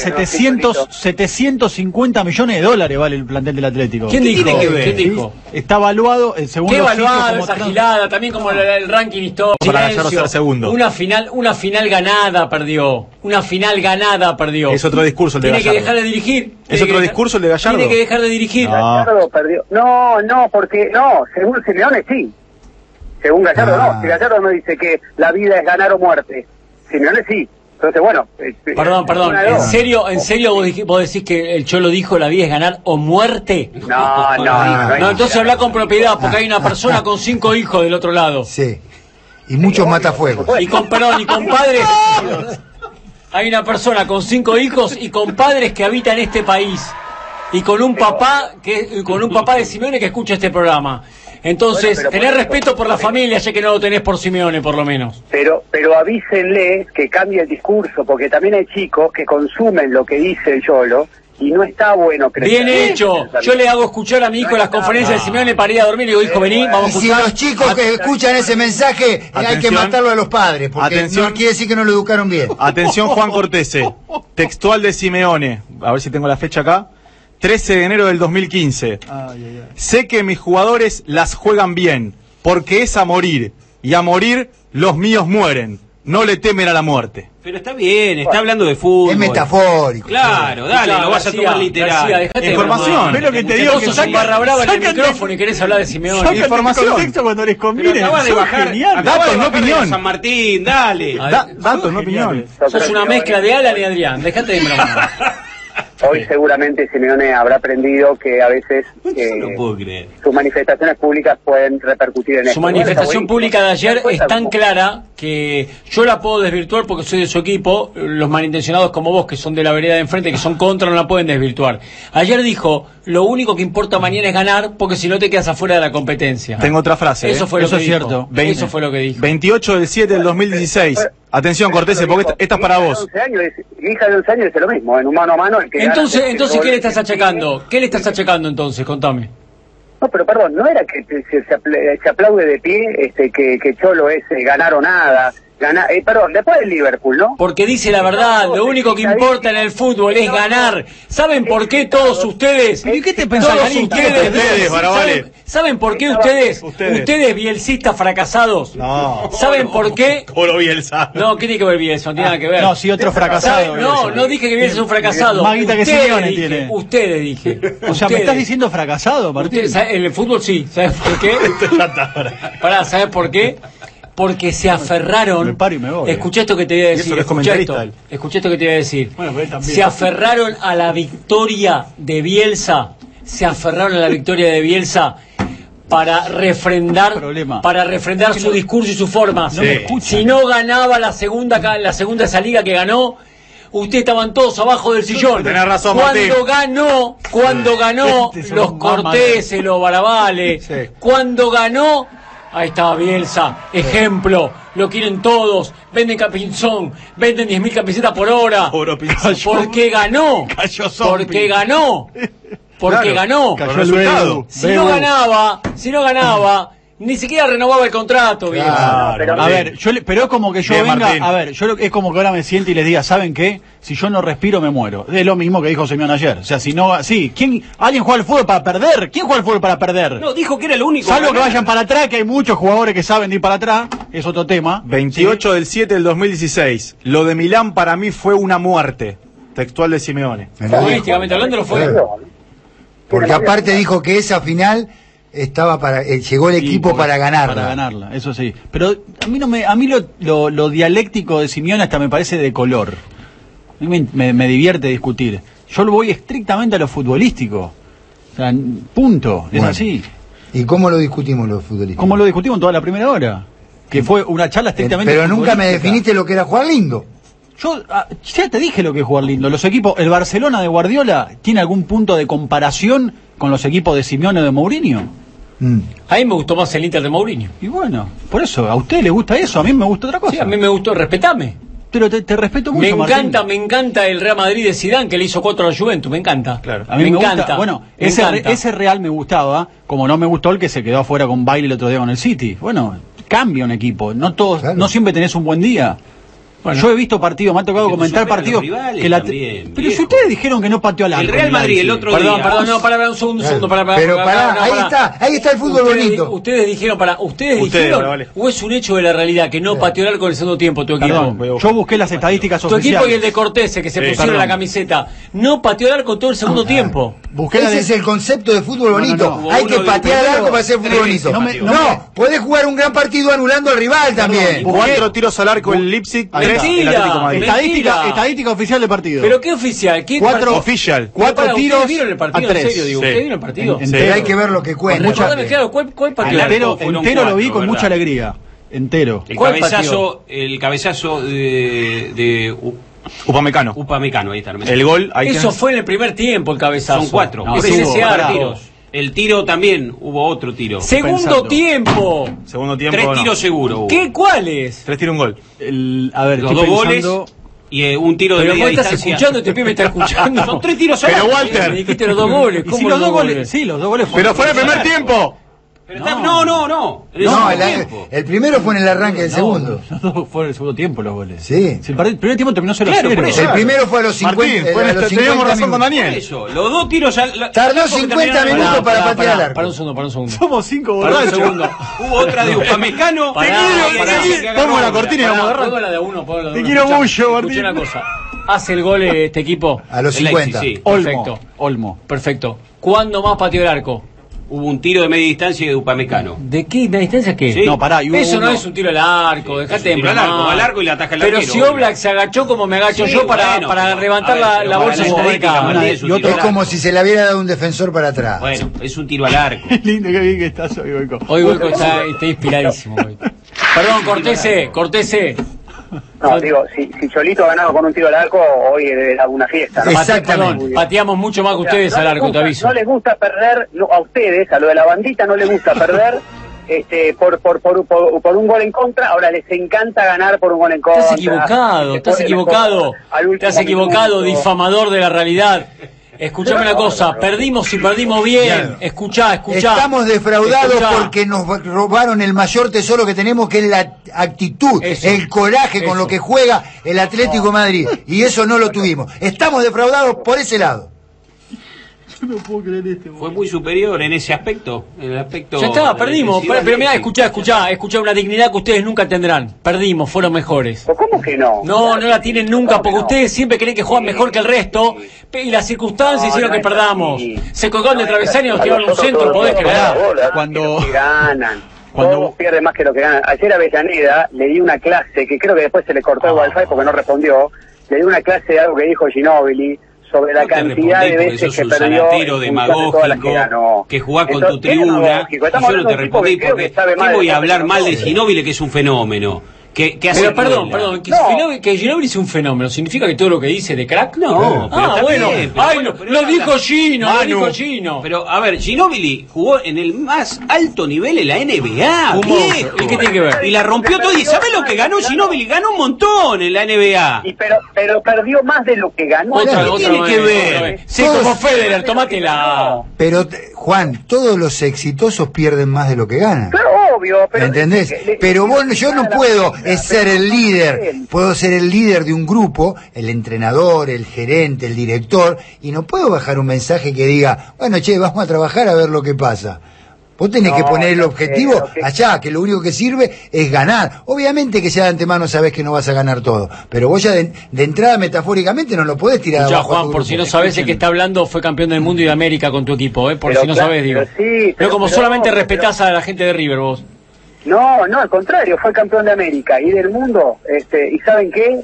750 millones de dólares vale el plantel del Atlético. ¿Quién dijo? Está evaluado según ¿Qué los evaluado esa gilada? También como el ranking histórico. Para Gallardo ser segundo. Una final ganada perdió. Es otro discurso el de Gallardo. Tiene que dejar de dirigir. Es otro discurso el de Gallardo. Tiene que dejar de dirigir. Gallardo perdió. Porque según Simeone sí. Según Gallardo no. Si Gallardo no dice que la vida es ganar o muerte. Simeone sí. Entonces, bueno... Perdón. ¿En serio vos decís que el Cholo dijo la vida es ganar o muerte? No, entonces habla con propiedad, porque hay una persona con 5 hijos del otro lado. Sí. Y muchos matafuegos. Y con padres. Hay una persona con 5 hijos y con padres que habitan este país. Y con un papá de Simeone que escucha este programa. Entonces, tenés respeto por la familia, ya que no lo tenés por Simeone, por lo menos. Pero avísenle que cambie el discurso, porque también hay chicos que consumen lo que dice el Cholo y no está bueno crecer. Bien hecho. Yo le hago escuchar a mi hijo las conferencias de Simeone para ir a dormir y le digo, hijo, vení, vamos a escuchar. Y si los chicos que escuchan ese mensaje hay que matarlo a los padres, porque no quiere decir que no lo educaron bien. Atención, Juan Cortese, textual de Simeone, a ver si tengo la fecha acá, 13 de enero del 2015. Sé que mis jugadores las juegan bien, porque es a morir, y a morir los míos mueren. No le temen a la muerte. Pero está bien, está hablando de fútbol. Es metafórico. Claro, dale, lo vas a tomar literal. Información. ¿Ves lo que te digo? Que sos un barra brava en el micrófono y querés hablar de Simeone. Información. Contexto cuando les conviene. Acabas de bajar. Datos, no opinión. San Martín, dale. Datos, no opinión. Sos una mezcla de Alan y Adrián. Dejate de broma. Hoy seguramente Simeone habrá aprendido que a veces sus manifestaciones públicas pueden repercutir en esto. Su manifestación pública de ayer es tan clara que yo la puedo desvirtuar porque soy de su equipo. Los malintencionados como vos, que son de la vereda de enfrente, que son contra, no la pueden desvirtuar. Ayer dijo, lo único que importa mañana es ganar, porque si no te quedas afuera de la competencia. Tengo otra frase. Eso fue lo que cierto. Dijo. Eso fue lo que dijo. 28 del 7 del 2016. Atención, Cortese, porque esta es para vos. Mi hija de 11 años dice lo mismo, en un mano a mano. Entonces, ¿qué le estás achacando? ¿Qué le estás achacando entonces? Contame. No, pero perdón, no era que se aplaude de pie que Cholo es ganar o nada. Perdón, después del Liverpool, ¿no? Porque dice la verdad, lo único que importa en el fútbol es ganar. ¿Saben por qué todos ustedes? ¿Y qué te pensás? Todos ustedes, ¿saben por qué ustedes bielsistas fracasados? No. ¿Saben por qué? Oro Bielsa. No, ¿qué tiene que ver Bielsa? No tiene nada que ver. No, sí, otro fracasado. No dije que Bielsa es un fracasado. Más guita que Simeone tiene. Ustedes dije. O sea, ¿me estás diciendo fracasado, Martín? En el fútbol sí. ¿Sabes por qué? Pará, ¿sabes por qué? Porque se aferraron. Me paro y me voy. Escuché esto que te voy a decir. Escuché esto que te voy a decir. Bueno, pues también. Se aferraron a la victoria de Bielsa. Para refrendar su discurso y sus formas. Sí. Si no ganaba la segunda esa liga que ganó, ustedes estaban todos abajo del sillón. Tenés razón, Cuando ganó los Corteses, los Baravales, cuando ganó, ahí estaba Bielsa, ejemplo, lo quieren todos, venden Capinzón, venden 10.000 camisetas por hora, porque ganó, porque ganó. Si no ganaba, ni siquiera renovaba el contrato. A ver, pero es como que yo venga, Martín. A ver, es como que ahora me siento y les diga, ¿saben qué? Si yo no respiro me muero. Es lo mismo que dijo Simeone ayer. O sea, si no, ¿alguien juega al fútbol para perder? ¿Quién juega al fútbol para perder? No, dijo que era lo único. Salvo que vayan para atrás, que hay muchos jugadores que saben de ir para atrás, es otro tema. 28 del 7 del 2016. Lo de Milán para mí fue una muerte. Textual de Simeone. Futbolísticamente hablando lo fue. Porque aparte dijo que esa final estaba llegó el equipo para ganarla. Para ganarla, eso sí. Pero a mí lo dialéctico de Simeone hasta me parece de color. A mí me divierte discutir. Yo lo voy estrictamente a lo futbolístico. O sea, punto. Es así. ¿Y cómo lo discutimos los futbolistas? Como lo discutimos toda la primera hora. Que fue una charla estrictamente Pero nunca me definiste lo que era jugar lindo. Yo ya te dije lo que es jugar lindo. Los equipos, el Barcelona de Guardiola, ¿tiene algún punto de comparación con los equipos de Simeone o de Mourinho? A mí me gustó más el Inter de Mourinho. Y bueno, por eso, ¿a usted le gusta eso? A mí me gusta otra cosa. Sí, a mí me gustó, respetame. Pero te respeto mucho, me encanta el Real Madrid de Zidane, que le hizo 4 a la Juventus, me encanta. Claro. A mí me encanta. Gusta, bueno, ese Real me gustaba, como no me gustó el que se quedó afuera con Bailey el otro día con el City. Bueno, cambia un equipo, no siempre tenés un buen día. Bueno, yo he visto partidos, me ha tocado comentar partidos que pero si ustedes dijeron que no pateó al arco. El Real Madrid el otro día. Perdón, no, para un segundo, Pero ahí está el fútbol bonito. Ustedes dijeron, o es un hecho de la realidad que no pateó el arco en el segundo tiempo tu equipo. Yo busqué las estadísticas oficiales. Tu equipo y el de Cortese, que se pusieron la camiseta, no pateó el arco todo el segundo tiempo. Ese es el concepto de fútbol bonito. Hay que patear el arco para hacer fútbol bonito. No, podés jugar un gran partido anulando al rival también. 4 tiros al arco en Leipzig. Estadística oficial del partido. ¿Pero qué oficial? 4 oficial. 4 tiros. ¿Ustedes vieron el partido? En serio, digo. ¿Ustedes vieron el partido? Pero hay que ver lo que cuenta. ¿Cuál partido? Entero lo vi con mucha alegría. Entero. El cabezazo de Upamecano, ahí está. El gol. Eso fue en el primer tiempo el cabezazo. Son 4. tiros. El tiro también, hubo otro tiro. Segundo tiempo. 3 tiros seguro hubo. ¿Cuáles? 3 tiros, un gol. Los 2 goles y un tiro de media distancia. ¿Estás escuchando? Este pibe me está escuchando. Son 3 tiros Pero Walter. Me dijiste los 2 goles. ¿Cómo los 2 goles? Sí, los 2 goles fueron. Pero fue el primer tiempo. No. El primero fue en el arranque del segundo. Los 2 fueron en el segundo tiempo los goles. Sí. El primer tiempo terminó 0-0. El primero fue a los 50. Teníamos razón con Daniel. Los 2 tiros tardó 50 minutos para patear el arco. Para un segundo. Somos 5 borrachos. Hubo otra de Upamecano. Vamos a la cortina y vamos a agarrar. Pongo la de uno. Te quiero mucho, Martín. Escucha una cosa. Hace el gol este equipo a los 50. Olmo. Perfecto. ¿Cuándo más pateó el arco? Hubo un tiro de media distancia de Upamecano. ¿De qué? ¿De distancia qué? Sí. No, pará. Eso no es un tiro al arco. Dejate de al arco y la ataja el arquero. Pero si Oblak se agachó como me agacho yo para levantar la bolsa sudamericana. Es como si se le hubiera dado un defensor para atrás. Bueno, es un tiro al arco. Qué lindo, qué bien que estás hoy, Goico. Hoy Goico está inspiradísimo. Perdón, Cortese. No, digo, si Cholito ha ganado con un tiro al arco, hoy era una fiesta, ¿no? Exactamente. Pateamos mucho más que ustedes al arco, te aviso. No les gusta perder, a ustedes, a lo de la bandita no les gusta perder por un gol en contra, ahora les encanta ganar por un gol en contra. Estás equivocado, difamador de la realidad. Escuchame una cosa, perdimos y perdimos bien. Escuchá. Estamos defraudados porque nos robaron el mayor tesoro que tenemos, que es la actitud, el coraje con lo que juega el Atlético de Madrid. Y eso no lo tuvimos. Estamos defraudados por ese lado. Yo no puedo creer Fue muy superior en ese aspecto. Ya está, perdimos. Pero mirá, escuchá una dignidad que ustedes nunca tendrán. Perdimos, fueron mejores. ¿Cómo que no? No la tienen nunca, porque ustedes siempre creen que juegan mejor que el resto. Y las circunstancias hicieron que perdamos. Se colgaron de travesaño y nos tiraron un centro, podés creer. Cuando todos pierden más que lo que ganan. Ayer a Avellaneda le di una clase, que creo que después se le cortó el wifi porque no respondió. Le di una clase de algo que dijo Ginóbili sobre la cantidad de veces que perdió demagógico, que jugás con tu tribuna, y yo no te respondí porque ¿qué voy a hablar mal de Ginóbili, que es un fenómeno? que hace Perdón, que Ginóbili es un fenómeno. ¿Significa que todo lo que dice de crack? No, pero bueno. bien, pero Ay, bueno, no, pero lo era dijo la- Gino, Manu. lo dijo Gino. Pero, a ver, Ginóbili jugó en el más alto nivel en la NBA, Un viejo. monstruo. ¿Y qué tiene que ver? Y la rompió todo. ¿Y sabés lo que ganó Ginóbili? Ganó un montón en la NBA. Pero perdió más de lo que ganó. ¿Qué tiene que ver? Sí, como Federer, tomátela. Pero, Juan, todos los exitosos pierden más de lo que ganan. Pero obvio, pero... ¿Entendés? Pero yo no puedo ser el líder, puedo ser el líder de un grupo, el entrenador, el gerente, el director, y no puedo bajar un mensaje que diga, bueno, che, vamos a trabajar a ver lo que pasa. Vos tenés que poner el objetivo allá, que lo único que sirve es ganar. Obviamente que ya de antemano sabés que no vas a ganar todo, pero vos ya de entrada metafóricamente no lo podés tirar Ya, abajo a Juan, tu por grupo. si no sabés, el que está hablando fue campeón del mundo y de América con tu equipo, por Pero si no claro, sabés, digo. pero sí, pero como pero- solamente pero- respetás a la gente de River, vos. No, al contrario, fue campeón de América y del mundo. ¿Y saben qué?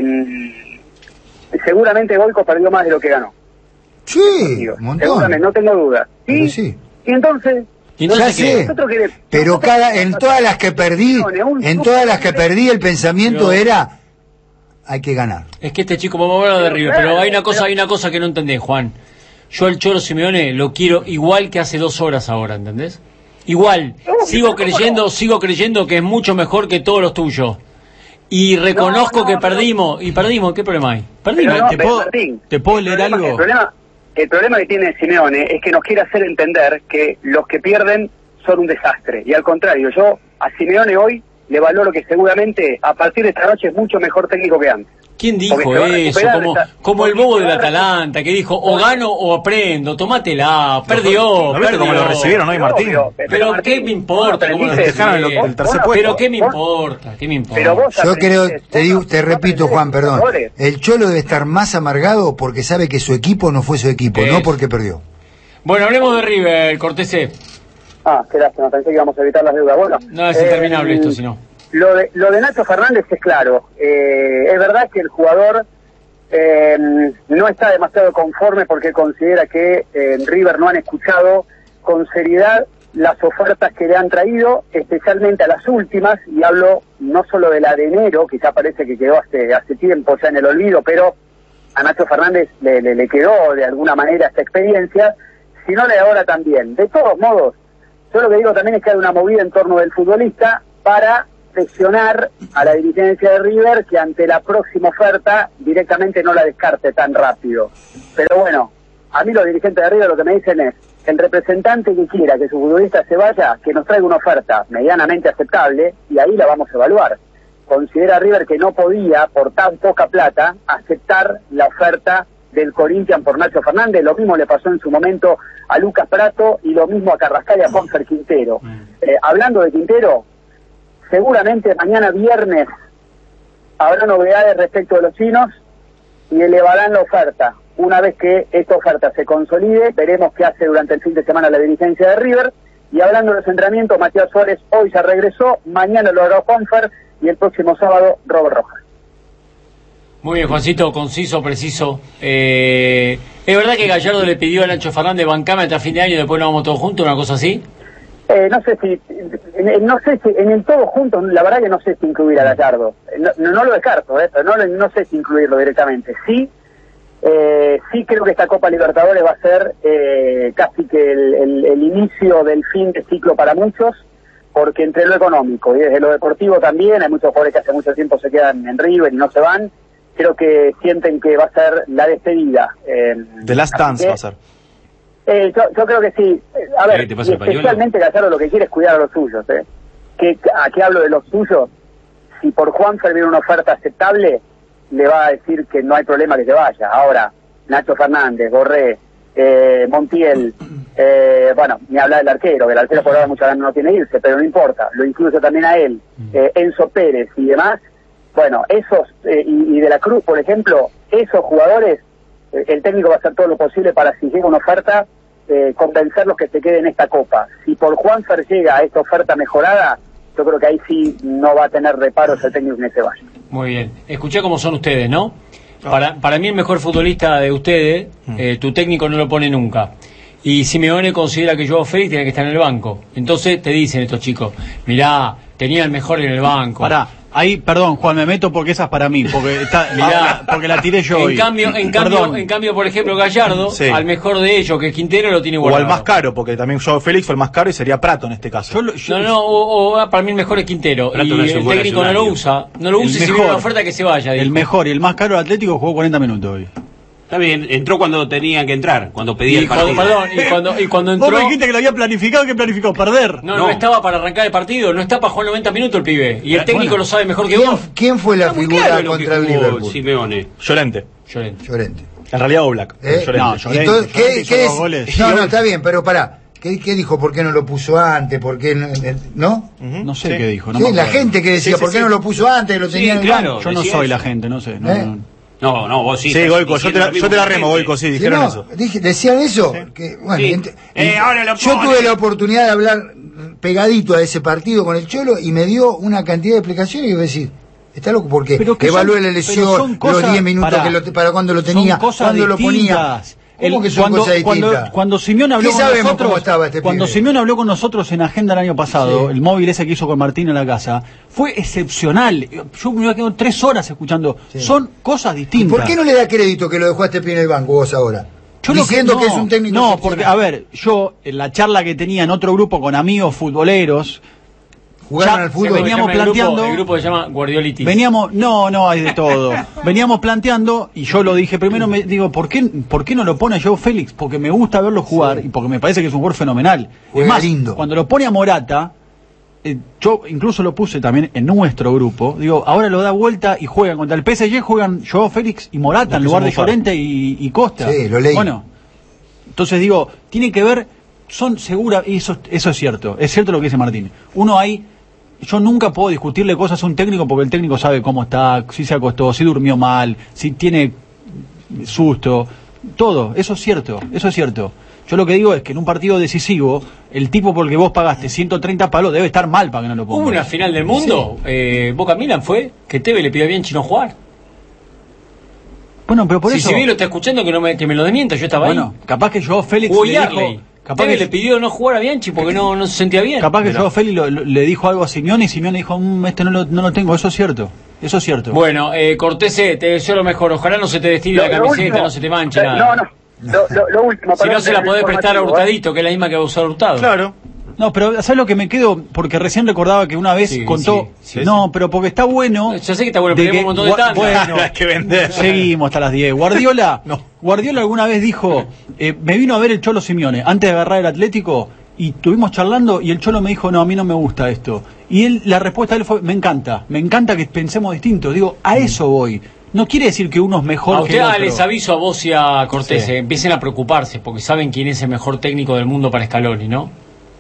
Seguramente Goico perdió más de lo que ganó. Sí, un montón. Seguramente, no tengo duda. Pero sí. Y entonces... Ya sé, nosotros que- pero en todas las que perdí, el pensamiento era, hay que ganar. Es que este chico, vamos a hablar de River, pero hay una cosa que no entendés, Juan. Yo al Cholo Simeone lo quiero igual que hace 2 horas ahora, ¿entendés? Igual, sigo creyendo que es mucho mejor que todos los tuyos. Y reconozco que perdimos, ¿qué problema hay? Perdimos. Pero Martín, ¿Te puedo leer el algo? problema que tiene Simeone es que nos quiere hacer entender que los que pierden son un desastre. Y al contrario, yo a Simeone hoy le valoro que seguramente a partir de esta noche es mucho mejor técnico que antes. ¿Quién dijo Porque se va a eso? recuperar Como el bobo del Atalanta, que dijo, o gano o aprendo, tomátela, perdió, ¿No viste cómo lo recibieron hoy, Martín? Pero ¿qué me importa? ¿Cómo lo dejaron el tercer puesto? Pero ¿qué me importa? ¿Qué me importa? Yo creo, te repito, Juan, perdón, el Cholo debe estar más amargado porque sabe que su equipo no fue su equipo, no porque perdió. Bueno, hablemos de River, Cortese. Qué lástima, pensé que íbamos a evitar las deudas. Bueno, No, es interminable esto, si no. Lo de Nacho Fernández es claro. Es verdad que el jugador no está demasiado conforme porque considera que en River no han escuchado con seriedad las ofertas que le han traído, especialmente a las últimas, y hablo no solo de la de enero, que ya parece que quedó hace tiempo ya en el olvido, pero a Nacho Fernández le quedó de alguna manera esta experiencia, sino de ahora también. De todos modos, yo lo que digo también es que hay una movida en torno del futbolista para presionar a la dirigencia de River que ante la próxima oferta directamente no la descarte tan rápido. Pero bueno, a mí los dirigentes de River lo que me dicen es, el representante que quiera que su futbolista se vaya, que nos traiga una oferta medianamente aceptable y ahí la vamos a evaluar. Considera River que no podía, por tan poca plata, aceptar la oferta del Corinthians por Nacho Fernández. Lo mismo le pasó en su momento a Lucas Prato y lo mismo a Carrascal y a Juanfer Quintero. Hablando de Quintero, seguramente mañana viernes habrá novedades respecto de los chinos y elevarán la oferta. Una vez que esta oferta se consolide, veremos qué hace durante el fin de semana la dirigencia de River. Y hablando de los entrenamientos, Matías Suárez hoy ya regresó, mañana lo hará Juanfer y el próximo sábado Robert Rojas. Muy bien, Juancito, conciso, preciso. ¿Es verdad que Gallardo le pidió a Nacho Fernández bancame hasta fin de año y después nos vamos todos juntos, una cosa así? No sé si en el todo junto, la verdad que no sé si incluir a Gallardo. No lo descarto, pero no sé si incluirlo directamente. Sí creo que esta Copa Libertadores va a ser casi que el inicio del fin de ciclo para muchos, porque entre lo económico y desde lo deportivo también, hay muchos jugadores que hace mucho tiempo se quedan en River y no se van, creo que sienten que va a ser la despedida. The Last Dance va a ser. Yo creo que sí. A ver, ¿Te pasa el pañuelo? especialmente Gallardo lo que quiere es cuidar a los suyos. ¿A qué hablo de los suyos? Si por Juanfer viene una oferta aceptable, le va a decir que no hay problema que se vaya. Ahora, Nacho Fernández, Borré, Montiel, bueno, ni hablar del arquero, que el arquero por ahora muchas ganas no tiene irse, pero no importa, lo incluyo también a él, Enzo Pérez y demás. Bueno, esos, y de la Cruz, por ejemplo, esos jugadores, el técnico va a hacer todo lo posible para, si llega una oferta, convencerlos que se queden en esta Copa. Si por Juanfer llega a esta oferta mejorada, yo creo que ahí sí no va a tener reparos el técnico que se vaya. Muy bien. Escuché cómo son ustedes, ¿no? Para mí el mejor futbolista de ustedes, tu técnico no lo pone nunca. Y Simeone considera que Joao Félix tiene que estar en el banco. Entonces te dicen estos chicos, mirá, tenía el mejor en el banco. Ahí, perdón, Juan, me meto porque esa es para mí, porque porque la tiré yo hoy. En cambio, por ejemplo, Gallardo, Sí. al mejor de ellos, que es Quintero, lo tiene O guardado. al más caro, porque también Joao Félix fue el más caro y sería Prato en este caso. Para mí el mejor es Quintero. Prato Y no es un el buen técnico no lo nacional. usa. No lo El usa y si mejor. viene una oferta que se vaya. El dijo. mejor y el más caro del Atlético jugó 40 minutos hoy. Está bien, entró cuando tenía que entrar, cuando pedía Y el partido. y cuando entró. Vos me dijiste que lo había planificado, que planificó perder. No estaba para arrancar el partido, no está para jugar 90 minutos el pibe. Y el técnico lo sabe mejor que vos. ¿Quién fue la Está muy figura claro lo que contra el jugó Liverpool? Simeone. Llorente. Llorente. En realidad Oblak. Llorente. No, Llorente. Entonces, Llorente hizo dos goles. No, está bien, pero pará. ¿Qué dijo? ¿Por qué no lo puso antes? ¿Por qué no? No sé qué dijo. No Sí, me la acuerdo. gente que decía, ¿por qué no lo puso antes? Lo tenía en el banco. Yo no soy la gente, no sé. No, vos sí. Sí, estás Goico, yo diciendo te la lo mismo remo, que Goico, sí, Sí, dijeron no, eso. decían eso. Que, bueno, Sí. Ahora lo yo pone. tuve la oportunidad de hablar pegadito a ese partido con el Cholo y me dio una cantidad de explicaciones y iba a decir, está loco porque Pero que evalué son- la pero lesión, son cosas- los 10 minutos pará. para cuando lo tenía, Son cosas cuando lo ponía. distintas. ¿Cómo que son cosas distintas? Cuando Simeone habló ¿Qué con sabemos nosotros, cómo estaba este cuando pibe? Simeone habló con nosotros en Agenda el año pasado, el móvil ese que hizo con Martín en la casa, fue excepcional. Yo me quedé 3 horas escuchando. Son cosas ¿Y distintas. por qué no le da crédito que lo dejó a este pibe en el banco vos ahora? Yo lo Diciendo que es un técnico No, excepcional. porque, a ver, yo en la charla que tenía en otro grupo con amigos futboleros, ¿Jugaron al fútbol? veníamos El planteando... grupo se llama Guardiolitis. No, hay de todo. Veníamos planteando, y yo lo dije primero, me digo, ¿por qué no lo pone a Joao Félix? Porque me gusta verlo jugar y porque me parece que es un jugador fenomenal. Juega Es más, lindo. cuando lo pone a Morata, yo incluso lo puse también en nuestro grupo, digo, ahora lo da vuelta y juegan contra el PSG, juegan Joao Félix y Morata en lugar de Llorente y Costa. Sí, lo leí. Bueno, entonces digo, tiene que ver, son seguras, y eso es cierto lo que dice Martín. Yo nunca puedo discutirle cosas a un técnico porque el técnico sabe cómo está, si se acostó, si durmió mal, si tiene susto, todo, eso es cierto. Yo lo que digo es que en un partido decisivo, el tipo por el que vos pagaste 130 palos debe estar mal para que no lo ponga. Hubo una final del mundo, Boca Milan fue, que Tevez le pidió a Bianchi no jugar. Bueno, pero por Si eso... Civil lo está escuchando, que me lo desmienta, yo estaba Bueno, capaz que Joao Félix ahí. Hubo le Yarley. dijo... Capaz Tevez que le pidió no jugar a Bianchi porque no se sentía bien. Capaz que Joao Félix le dijo algo a Simeone y Simeone dijo, este no lo tengo, eso es cierto. Bueno, Cortese, te deseo lo mejor. Ojalá no se te destile la Lo camiseta, último, no se te manche nada. Lo último. Si no se la podés prestar a Hurtadito, que es la misma que va a usar Hurtado. Claro. No, pero ¿sabes lo que me quedo? Porque recién recordaba que una vez Sí, contó... sí, no, pero porque está bueno... Yo sé que está bueno, pero tenemos un montón de tandas. Bueno, Hay que vender. seguimos hasta las 10. Guardiola alguna vez dijo, me vino a ver el Cholo Simeone antes de agarrar el Atlético y estuvimos charlando y el Cholo me dijo, no, a mí no me gusta esto. Y la respuesta de él fue, me encanta que pensemos distintos. Digo, a eso voy. No quiere decir que uno es mejor A que el usted otro. les aviso a vos y a Cortés, Sí. empiecen a preocuparse porque saben quién es el mejor técnico del mundo para Scaloni, ¿no?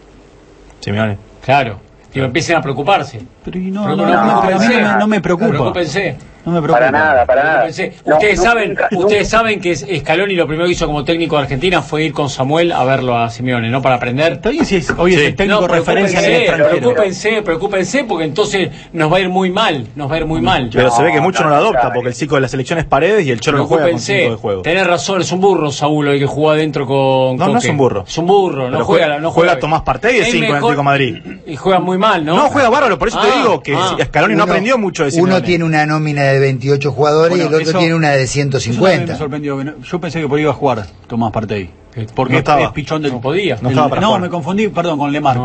Simeone. Claro. Digo, empiecen a preocuparse. Pero y Pero no me preocupa. Preocúpense. No me preocupa. Para nada. Preocúpense. Ustedes saben que Scaloni lo primero que hizo como técnico de Argentina fue ir con Samuel a verlo a Simeone, ¿no? Para aprender. Está bien si hoy es el técnico de referencia en el extranjero. Preocúpense porque entonces nos va a ir muy mal. Pero se ve que mucho no lo adopta porque el ciclo de la selección es Paredes y el Cholo no juega con 5 de juego. Tenés razón, es un burro Saúl el que jugó adentro con No, no es un burro. Es un burro, Pero no juega. No juega Tomás Partey de 5 en Atlético de Madrid. Y juega muy mal, ¿no? No, juega bárbaro, por eso te digo que Scaloni no aprendió mucho de Simeone. Uno tiene una nómina de 28 jugadores y el otro tiene una de Eso también 150. me sorprendió. Yo pensé que por ahí iba a jugar Tomás Partey. Porque No estaba. es pichón del... No podía. No estaba para jugar. me confundí, perdón, con Lemar.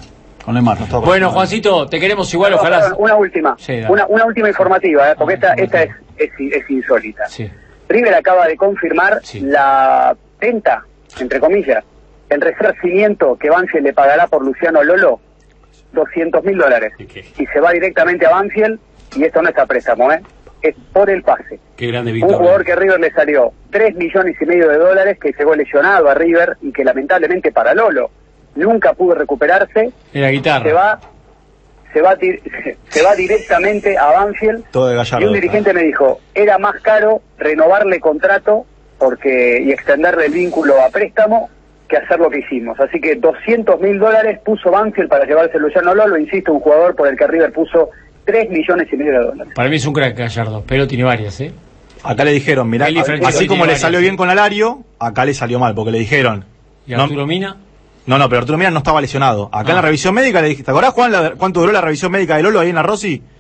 Bueno, Juancito, te queremos igual, ojalá. Perdón, una última. Sí, dale. Una última informativa, porque esta es insólita. Sí. River acaba de confirmar la venta, entre comillas, el resarcimiento que Banfield le pagará por Luciano Lolo, $200.000. Y se va directamente a Banfield, y esto no está préstamo, es por el pase. Qué grande Un victoria. jugador que River le salió $3,5 millones, que llegó lesionado a River y que lamentablemente para Lolo nunca pudo recuperarse. Era guitarra. Se va directamente a Banfield. Todo de Gallardo. Y un dirigente me dijo, era más caro renovarle contrato y extenderle el vínculo a préstamo que hacer lo que hicimos. Así que $200.000 puso Banfield para llevarse a Luciano Lolo, insisto, un jugador por el que River puso $3,5 millones. Para mí es un crack Gallardo, pero tiene varias, Acá le dijeron, mirá, Eli Franquillo así tiene como le varias, salió sí. bien con Alario, acá le salió mal, porque le dijeron... ¿Y Arturo Mina? No, pero Arturo Mina no estaba lesionado. Acá en la revisión médica le dije, ¿te acordás, Juan, cuánto duró la revisión médica de Lolo ahí en la Rossi?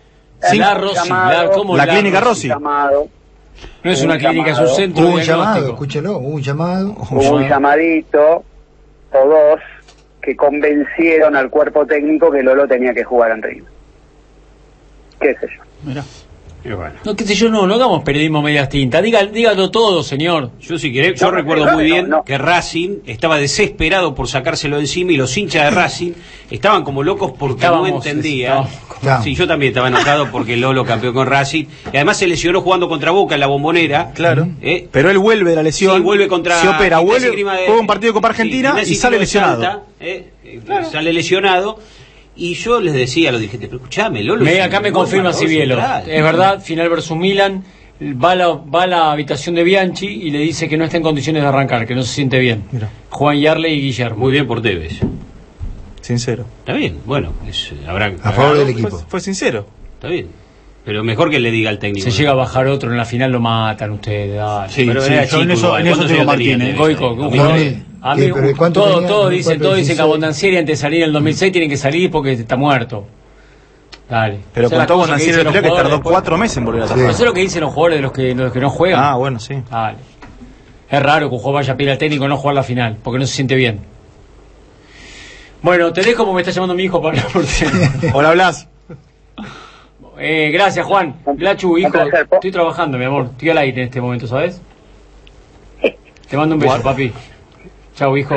La Rossi, la clínica Rossi. Llamado, no es una clínica, es un centro. Hubo un llamado, escúchelo, hubo un llamado. Hubo un llamadito o dos que convencieron al cuerpo técnico que Lolo tenía que jugar en River. ¿Qué sé yo? Mirá. Bueno. No, qué sé yo, no hagamos periodismo medias tintas. Dígalo todo, señor. Yo si querés, yo recuerdo muy bien que Racing estaba desesperado por sacárselo de encima y los hinchas de Racing estaban como locos porque no entendían. Sí, yo también estaba enojado porque Lolo campeó con Racing y además se lesionó jugando contra Boca en la Bombonera. Claro. Pero él vuelve de la lesión. Sí, vuelve contra. Se opera, juega un partido con Argentina y sale lesionado. Claro. Sale lesionado. Y yo les decía a los dirigentes, pero escuchame, Lolo. Acá me confirma Cibielo. Es verdad, final versus Milan. Va a la habitación de Bianchi y le dice que no está en condiciones de arrancar, que no se siente bien. Mira. Juan Yarley y Guillermo. Muy bien por Tevez. Sincero. Está bien, bueno. A favor del equipo. Fue sincero. Está bien. Pero mejor que le diga al técnico. Se llega a bajar otro en la final, lo matan ustedes. Dale. Sí, pero era chico, en eso tengo Martínez. Goico, todos dicen que Abondancieri antes de salir en el 2006 tienen que salir porque está muerto. Dale. Pero contó Abondancieri que tardó 4 meses en volver a salir. Eso es lo que dicen los jugadores de los que no juegan. Ah, bueno, sí. Dale. Es raro que un jugador vaya a pedir al técnico no jugar la final porque no se siente bien. Bueno, te dejo porque me está llamando mi hijo para hablar por ti. Hola, Blas. Gracias, Juan. Glachu, hijo, estoy trabajando, mi amor. Estoy al aire en este momento, ¿sabes? Te mando un beso, papi. Chau, hijo.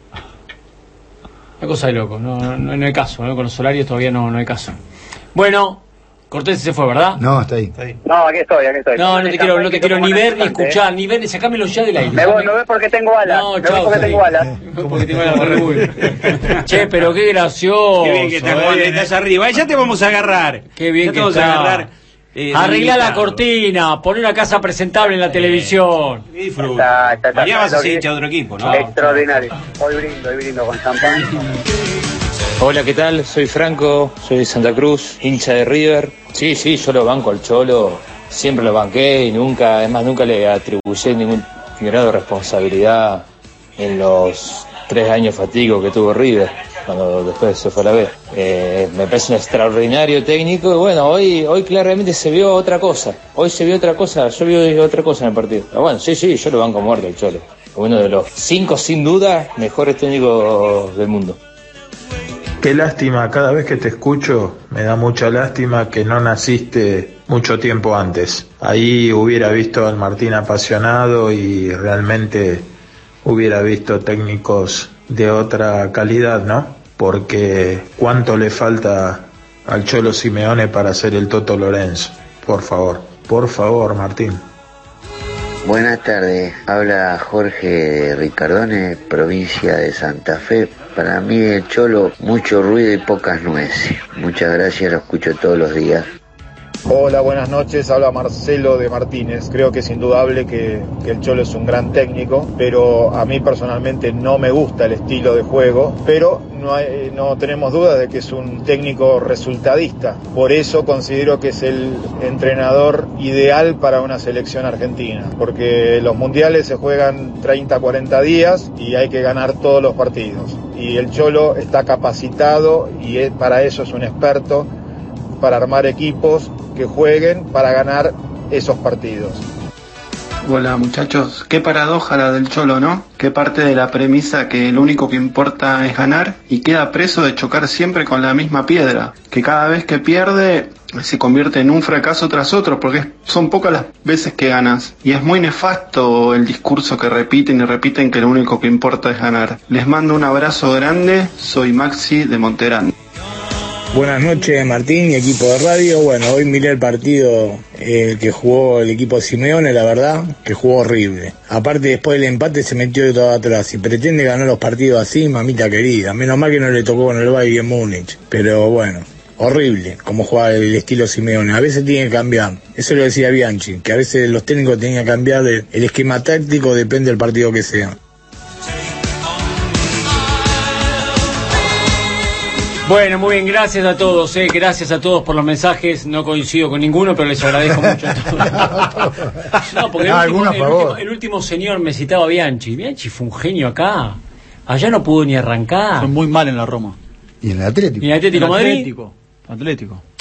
Una cosa de loco, no hay caso, ¿no? Con los horarios todavía no hay caso. Bueno, Cortés se fue, ¿verdad? No, está ahí. No, aquí estoy. No te quiero ni ver, ni escuchar, ni ver, sacámelo ya del aire. Me voy porque tengo alas. No, chau. Porque tengo alas. Che, pero qué gracioso. Qué bien que estás, Juan, que estás arriba. Ya te vamos a agarrar. Qué bien que estás. Arregla la cortina, pon una casa presentable en la televisión. Disfruta. Mañana vas a ser hincha de otro equipo, ¿no? Extraordinario. Hoy brindo con champán. Hola, ¿qué tal? Soy Franco, soy de Santa Cruz, hincha de River. Sí, yo lo banco al Cholo, siempre lo banqué y nunca le atribuí ningún grado de responsabilidad en los 3 años fatigos que tuvo River, cuando después se fue a la B. Me parece un extraordinario técnico y bueno, hoy claramente se vio otra cosa. Yo vi otra cosa en el partido. Pero bueno, sí, yo lo banco muerto al Cholo. Uno de los 5, sin duda, mejores técnicos del mundo. Qué lástima, cada vez que te escucho me da mucha lástima que no naciste mucho tiempo antes. Ahí hubiera visto al Martín apasionado y realmente hubiera visto técnicos de otra calidad, ¿no? Porque cuánto le falta al Cholo Simeone para ser el Toto Lorenzo. Por favor, Martín. Buenas tardes, habla Jorge Ricardone, provincia de Santa Fe. Para mí el Cholo, mucho ruido y pocas nueces. Muchas gracias, lo escucho todos los días. Hola, buenas noches, habla Marcelo de Martínez. Creo que es indudable que el Cholo es un gran técnico, pero a mí personalmente no me gusta el estilo de juego, pero no tenemos dudas de que es un técnico resultadista. Por eso considero que es el entrenador ideal para una selección argentina, porque los mundiales se juegan 30, 40 días y hay que ganar todos los partidos. Y el Cholo está capacitado y para eso es un experto, para armar equipos que jueguen para ganar esos partidos. Hola muchachos, qué paradoja la del Cholo, ¿no? Que parte de la premisa que lo único que importa es ganar y queda preso de chocar siempre con la misma piedra, que cada vez que pierde se convierte en un fracaso tras otro, porque son pocas las veces que ganas, y es muy nefasto el discurso que repiten y repiten que lo único que importa es ganar. Les mando un abrazo grande, soy Maxi de Monterán. Buenas noches Martín y equipo de radio. Bueno, hoy miré el partido que jugó el equipo Simeone, la verdad que jugó horrible. Aparte después del empate se metió de todo atrás y pretende ganar los partidos así, mamita querida. Menos mal que no le tocó con el Bayern Múnich, pero bueno, horrible como juega el estilo Simeone. A veces tiene que cambiar, eso lo decía Bianchi, que a veces los técnicos tienen que cambiar el esquema táctico, depende del partido que sea. Bueno, muy bien, gracias a todos, gracias a todos por los mensajes, no coincido con ninguno, pero les agradezco mucho a todos. No, porque el último señor me citaba a Bianchi. Bianchi fue un genio acá, allá no pudo ni arrancar. Fue muy mal en la Roma. ¿Y en el Atlético? ¿Y en el Atlético Madrid? Atlético.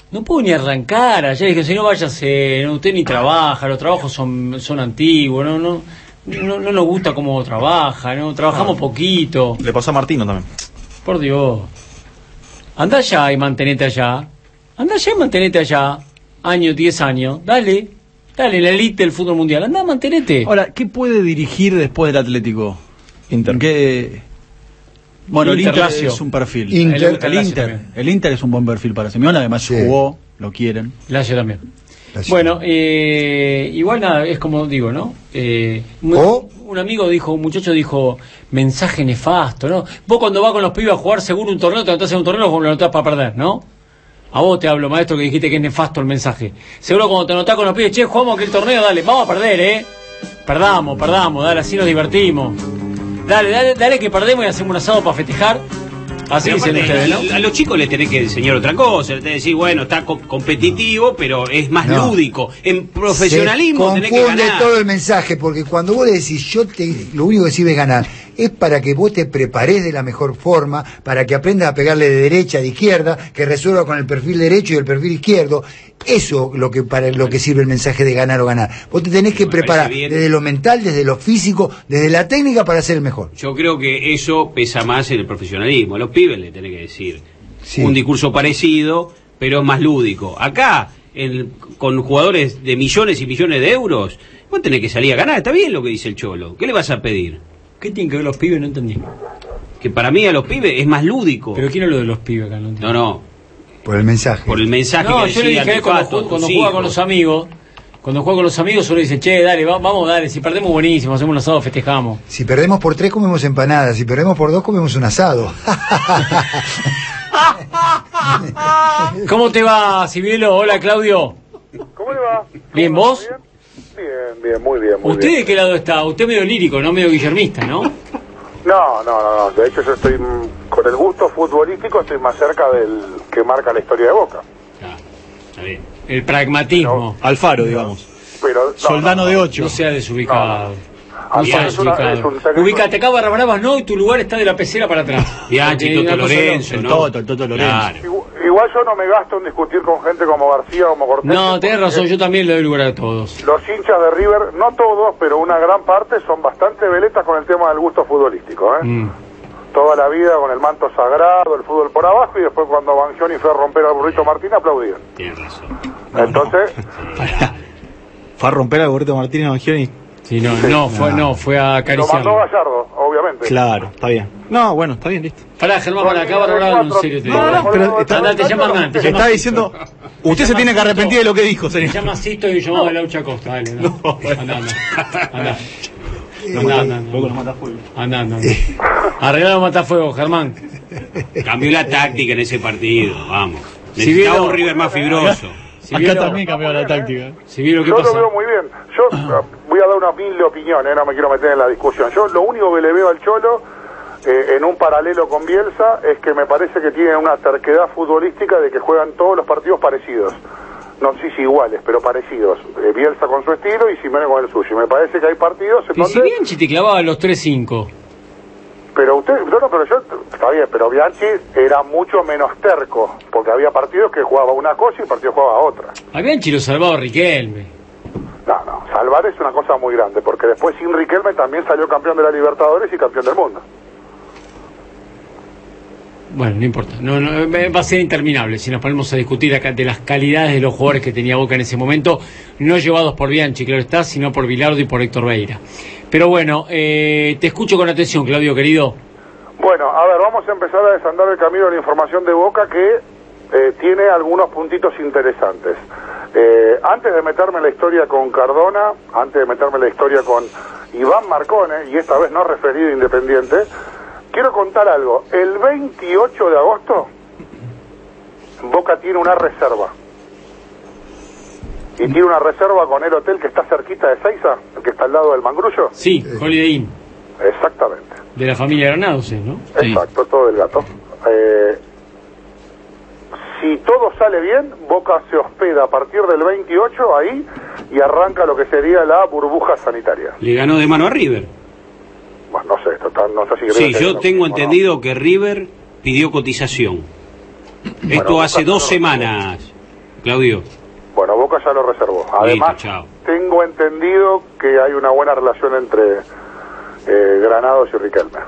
No puedo ni arrancar. Ayer dije, si no váyase, no, usted ni trabaja, los trabajos son antiguos, no nos gusta cómo trabaja, no trabajamos poquito. Le pasó a Martino también. Por Dios. Andá allá y mantenete allá. Andá allá y mantenete allá. 10 años. Dale, la elite del fútbol mundial. Andá, mantenete. Ahora, ¿qué puede dirigir después del Atlético? Inter. Bueno, Inter, el Inter Lazio. es un perfil. Inter. El Inter es un buen perfil para Simeone, además jugó, lo quieren. Lazio también. Bueno, igual nada, es como digo, ¿no? Un amigo dijo, un muchacho dijo, mensaje nefasto, ¿no? Vos cuando vas con los pibes a jugar seguro un torneo, te anotás en un torneo como lo anotás para perder, ¿no? A vos te hablo, maestro, que dijiste que es nefasto el mensaje. Seguro cuando te anotás con los pibes, che, jugamos aquel torneo, dale, vamos a perder, Perdamos, dale, así nos divertimos. Dale que perdemos y hacemos un asado para festejar. Así dicen ustedes, ¿no? A los chicos les tenés que enseñar otra cosa, les tenés que decir, bueno, está competitivo, pero es más lúdico. En profesionalismo tenés que ganar. Todo el mensaje, porque cuando vos le decís, lo único que sirve es ganar, es para que vos te prepares de la mejor forma, para que aprendas a pegarle de derecha, de izquierda, que resuelva con el perfil derecho y el perfil izquierdo. Eso para lo que sirve el mensaje de ganar o ganar. Vos te tenés que preparar desde lo mental, desde lo físico, desde la técnica para ser el mejor. Yo creo que eso pesa más en el profesionalismo. A los pibes le tenés que decir un discurso parecido, pero es más lúdico. Acá, con jugadores de millones y millones de euros, vos tenés que salir a ganar. Está bien lo que dice el Cholo. ¿Qué le vas a pedir? ¿Qué tienen que ver los pibes? No entendí. Que para mí a los pibes es más lúdico. ¿Pero quién es lo de los pibes acá? No. Por el mensaje. Por el mensaje no, que yo le dije cuando juega con los amigos. Cuando juega con los amigos solo dice, che, dale, vamos, dale, si perdemos buenísimo, hacemos un asado, festejamos. Si perdemos por 3 comemos empanadas, si perdemos por 2 comemos un asado. ¿Cómo te va, Cibielo? Hola, Claudio. ¿Cómo le va? ¿Bien, vos? Bien, muy bien. ¿Usted de qué lado está? Usted medio lírico, no medio guillermista, ¿no? No. De hecho, yo estoy con el gusto futbolístico, estoy más cerca del que marca la historia de Boca. Está bien. El pragmatismo. Alfaro, digamos. Pero, Soldano de 8. No sea desubicado. Ubicate acá, Barra Bravas, no, y tu lugar está de la pecera para atrás. Bianchi, Toto Lorenzo, el Toto Lorenzo. Claro. Igual yo no me gasto en discutir con gente como García o como Cortés. No, tenés razón, yo también le doy lugar a todos. Los hinchas de River, no todos, pero una gran parte, son bastante veletas con el tema del gusto futbolístico, Toda la vida con el manto sagrado, el fútbol por abajo, y después cuando Bangioni fue a romper al burrito Martín, aplaudían. Tienes razón. Entonces... ¿Fue a romper al burrito Martín a Bangioni? Sí, fue a acariciarlo. Lo mandó Gallardo, obviamente. Claro, está bien. No, bueno, está bien, listo. Pará, Germán, para acá, Barra Bravas, en serio te digo. No, pero te llama Hernán. Está diciendo... Usted se tiene que arrepentir de lo que dijo, señor. Se llama Sisto y llamado de Laucha Costa, dale. Anda. Anda. Arreglá los matafuegos, Germán. Cambió la táctica en ese partido, vamos. Necesitaba un River más fibroso. Acá también cambió la táctica. Yo lo veo muy bien. Yo voy a dar una humilde opinión, no me quiero meter en la discusión. Yo lo único que le veo al Cholo, en un paralelo con Bielsa, es que me parece que tiene una terquedad futbolística de que juegan todos los partidos parecidos. No sé si iguales, pero parecidos. Bielsa con su estilo y Simeone con el suyo. Me parece que hay partidos en donde... Si Bianchi te clavaba los 3-5. Pero está bien, pero Bianchi era mucho menos terco, porque había partidos que jugaba una cosa y partidos jugaba otra. A Bianchi lo salvaba Riquelme. No, salvar es una cosa muy grande, porque después sin Riquelme también salió campeón de la Libertadores y campeón del mundo. Bueno, no importa, no, va a ser interminable si nos ponemos a discutir acá de las calidades de los jugadores que tenía Boca en ese momento, no llevados por Bianchi, claro está, sino por Bilardo y por Héctor Beira. Pero bueno, te escucho con atención, Claudio, querido. Bueno, a ver, vamos a empezar a desandar el camino de la información de Boca que tiene algunos puntitos interesantes. Antes de meterme en la historia con Cardona, antes de meterme en la historia con Iván Marcone, y esta vez no referido a Independiente, quiero contar algo. El 28 de agosto, Boca tiene una reserva. Y tiene una reserva con el hotel que está cerquita de Seiza, el que está al lado del Mangrullo. Sí, Holiday Inn. Exactamente. De la familia Granados, ¿no? Exacto, todo el gato. Si todo sale bien, Boca se hospeda a partir del 28 ahí y arranca lo que sería la burbuja sanitaria. Le ganó de mano a River. Bueno, no sé, no sé si... Sí, yo tengo entendido que River pidió cotización. Esto hace 2 semanas. Claudio. Bueno, Boca ya lo reservó. Además, Listo, tengo entendido que hay una buena relación entre Granados y Riquelme.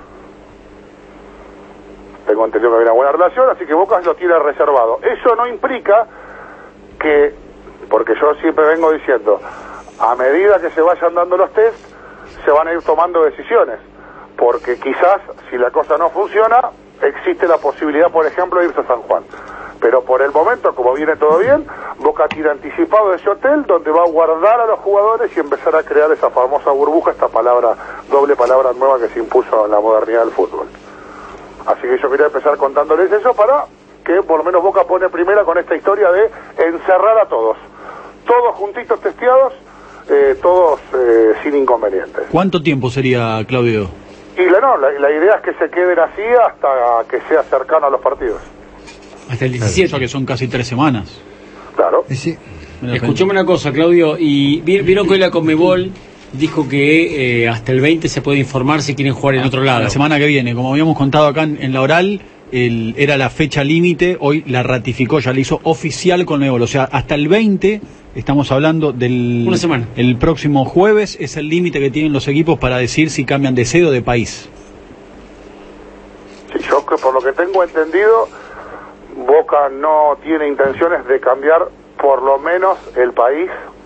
Tengo entendido que hay una buena relación, así que Boca lo tiene reservado. Eso no implica que, porque yo siempre vengo diciendo, a medida que se vayan dando los test, se van a ir tomando decisiones. Porque quizás, si la cosa no funciona, existe la posibilidad, por ejemplo, de irse a San Juan. Pero por el momento, como viene todo bien, Boca tiene anticipado de ese hotel donde va a guardar a los jugadores y empezar a crear esa famosa burbuja, esta palabra, doble palabra nueva que se impuso en la modernidad del fútbol. Así que yo quería empezar contándoles eso para que por lo menos Boca pone primera con esta historia de encerrar a todos. Todos juntitos testeados, todos sin inconvenientes. ¿Cuánto tiempo sería, Claudio? Y la idea es que se queden así hasta que sea cercano a los partidos. Hasta el 17. O sea que son casi 3 semanas. Claro. Sí. Escuchame una cosa, Claudio, y vieron que hoy la Conmebol dijo que hasta el 20 se puede informar si quieren jugar en otro lado. La semana que viene, como habíamos contado acá en la oral, era la fecha límite, hoy la ratificó, ya la hizo oficial Conmebol, o sea, hasta el 20, estamos hablando del... Una semana. El próximo jueves es el límite que tienen los equipos para decir si cambian de sede o de país. Sí, yo por lo que tengo entendido, Boca no tiene intenciones de cambiar por lo menos el país.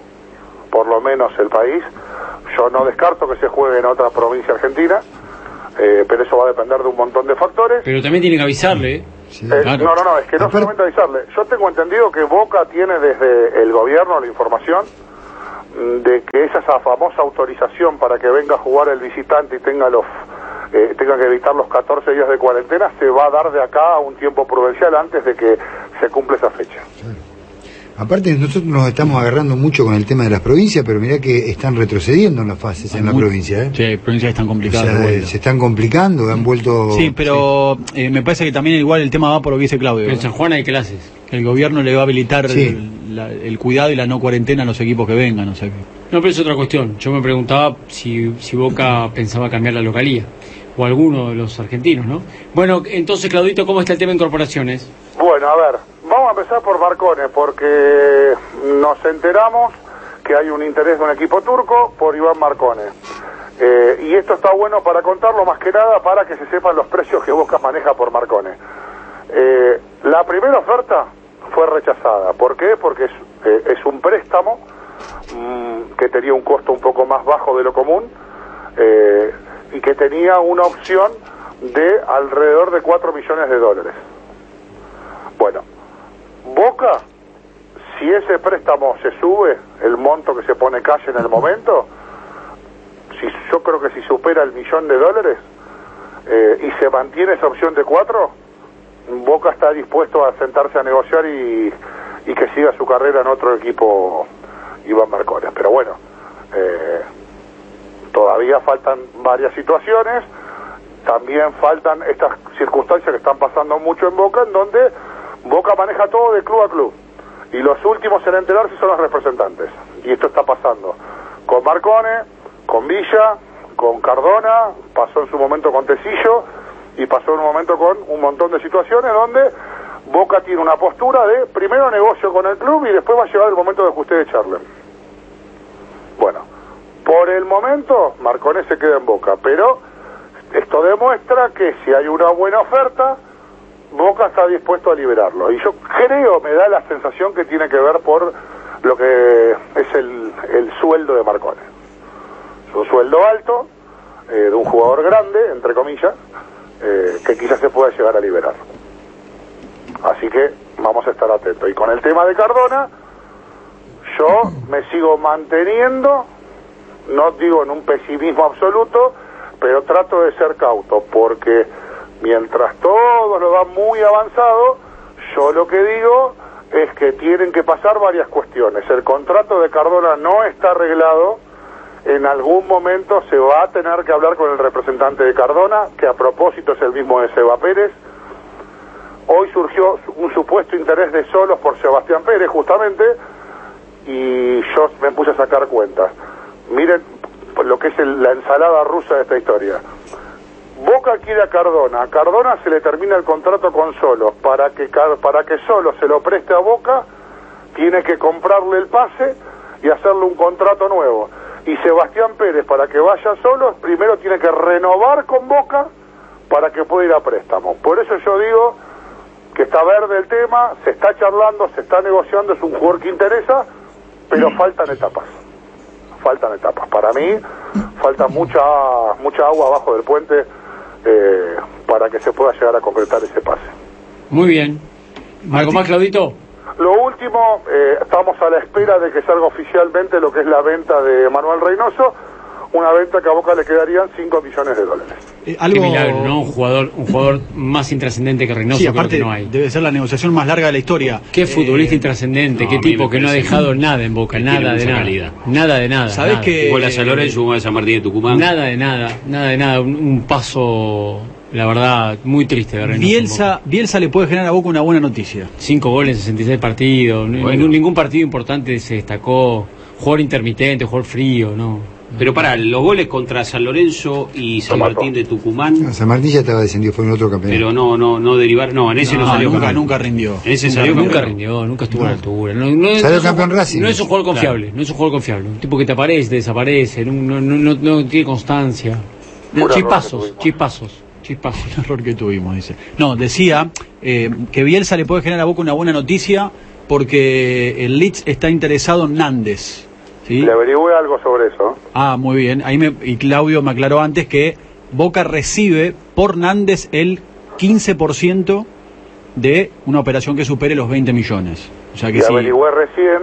Yo no descarto que se juegue en otra provincia argentina, pero eso va a depender de un montón de factores. Pero también tienen que avisarle. Claro. No, es que no solamente avisarle. Yo tengo entendido que Boca tiene desde el gobierno la información de que esa famosa autorización para que venga a jugar el visitante y tenga que evitar los 14 días de cuarentena se va a dar de acá a un tiempo prudencial antes de que se cumpla esa fecha. Aparte, nosotros nos estamos agarrando mucho con el tema de las provincias, pero mirá que están retrocediendo en las fases en la provincia. Sí, provincias están complicadas. O sea, se están complicando, han vuelto... Sí, pero me parece que también igual el tema va por lo que dice Claudio. En San Juan hay clases. El gobierno le va a habilitar el cuidado y la no cuarentena a los equipos que vengan, no sé qué. No, pero es otra cuestión. Yo me preguntaba si Boca pensaba cambiar la localía, o alguno de los argentinos, ¿no? Bueno, entonces, Claudito, ¿cómo está el tema de incorporaciones? Bueno, a ver, vamos a empezar por Marcone, porque nos enteramos que hay un interés de un equipo turco por Iván Marcone. Y esto está bueno para contarlo, más que nada para que se sepan los precios que Boca maneja por Marcone. La primera oferta fue rechazada. ¿Por qué? Porque es un préstamo que tenía un costo un poco más bajo de lo común y que tenía una opción de alrededor de $4 millones. Bueno, Boca, si ese préstamo se sube, el monto que se pone cash en el momento, yo creo que si supera el $1 millón y se mantiene esa opción de 4, Boca está dispuesto a sentarse a negociar y que siga su carrera en otro equipo Iván Marcone. Pero bueno, todavía faltan varias situaciones, también faltan estas circunstancias que están pasando mucho en Boca, en donde Boca maneja todo de club a club, y los últimos en enterarse son los representantes, y esto está pasando con Marcone, con Villa, con Cardona, pasó en su momento con Tecillo, y pasó en un momento con un montón de situaciones donde Boca tiene una postura de primero negocio con el club y después va a llegar el momento de que ustedes charlen. Bueno, por el momento Marcone se queda en Boca, pero esto demuestra que si hay una buena oferta, Boca está dispuesto a liberarlo. Y yo creo, me da la sensación que tiene que ver por lo que es el sueldo de Marcone. Es un sueldo alto, de un jugador grande, entre comillas, que quizás se pueda llegar a liberar. Así que vamos a estar atentos. Y con el tema de Cardona, yo me sigo manteniendo, no digo en un pesimismo absoluto, pero trato de ser cauto, porque mientras todo lo va muy avanzado, yo lo que digo es que tienen que pasar varias cuestiones. El contrato de Cardona no está arreglado, en algún momento se va a tener que hablar con el representante de Cardona, que a propósito es el mismo de Seba Pérez. Hoy surgió un supuesto interés de Solos por Sebastián Pérez, justamente, y yo me puse a sacar cuentas. Miren lo que es la ensalada rusa de esta historia. Boca quiere a Cardona. A Cardona se le termina el contrato con Solos. Para que Solos se lo preste a Boca, tiene que comprarle el pase y hacerle un contrato nuevo. Y Sebastián Pérez, para que vaya solo, primero tiene que renovar con Boca para que pueda ir a préstamo. Por eso yo digo que está verde el tema, se está charlando, se está negociando, es un jugador que interesa, pero faltan etapas. Para mí, falta mucha agua abajo del puente para que se pueda llegar a concretar ese pase. Muy bien. ¿Algo más, Claudito? Lo último, estamos a la espera de que salga oficialmente lo que es la venta de Manuel Reynoso, una venta que a Boca le quedarían $5 millones. Qué milagro, ¿no? Un jugador más intrascendente que Reynoso, sí, aparte, creo que no hay. Debe ser la negociación más larga de la historia. Qué futbolista intrascendente, qué tipo que no ha dejado nada en Boca, nada de nada. Calidad. Nada de nada. ¿Sabés que jugó la San Lorenzo, jugó a San Martín de Tucumán? Nada de nada. Un paso, la verdad, muy triste de Reynoso. Bielsa le puede generar a Boca una buena noticia. 5 goles en 66 partidos. Bueno. Ningún partido importante se destacó. Jugador intermitente, jugador frío, ¿no? Pero para los goles contra San Lorenzo y San Martín de Tucumán. San Martín ya estaba descendido, fue en otro campeonato. Pero no derivar, en ese no salió. Nunca rindió. En ese salió nunca rindió, nunca estuvo a la altura. Salió campeón Racing. No es un jugador confiable, no es un jugador confiable. Un tipo que te aparece, te desaparece, no tiene constancia. Chispazos. Un error que tuvimos, dice. No, decía que Bielsa le puede generar a Boca una buena noticia porque el Leeds está interesado en Nández. ¿Sí? Le averigüé algo sobre eso. Ah, muy bien. Y Claudio me aclaró antes que Boca recibe por Nández el 15% de una operación que supere los 20 millones. O sea que sí. Averigüé recién,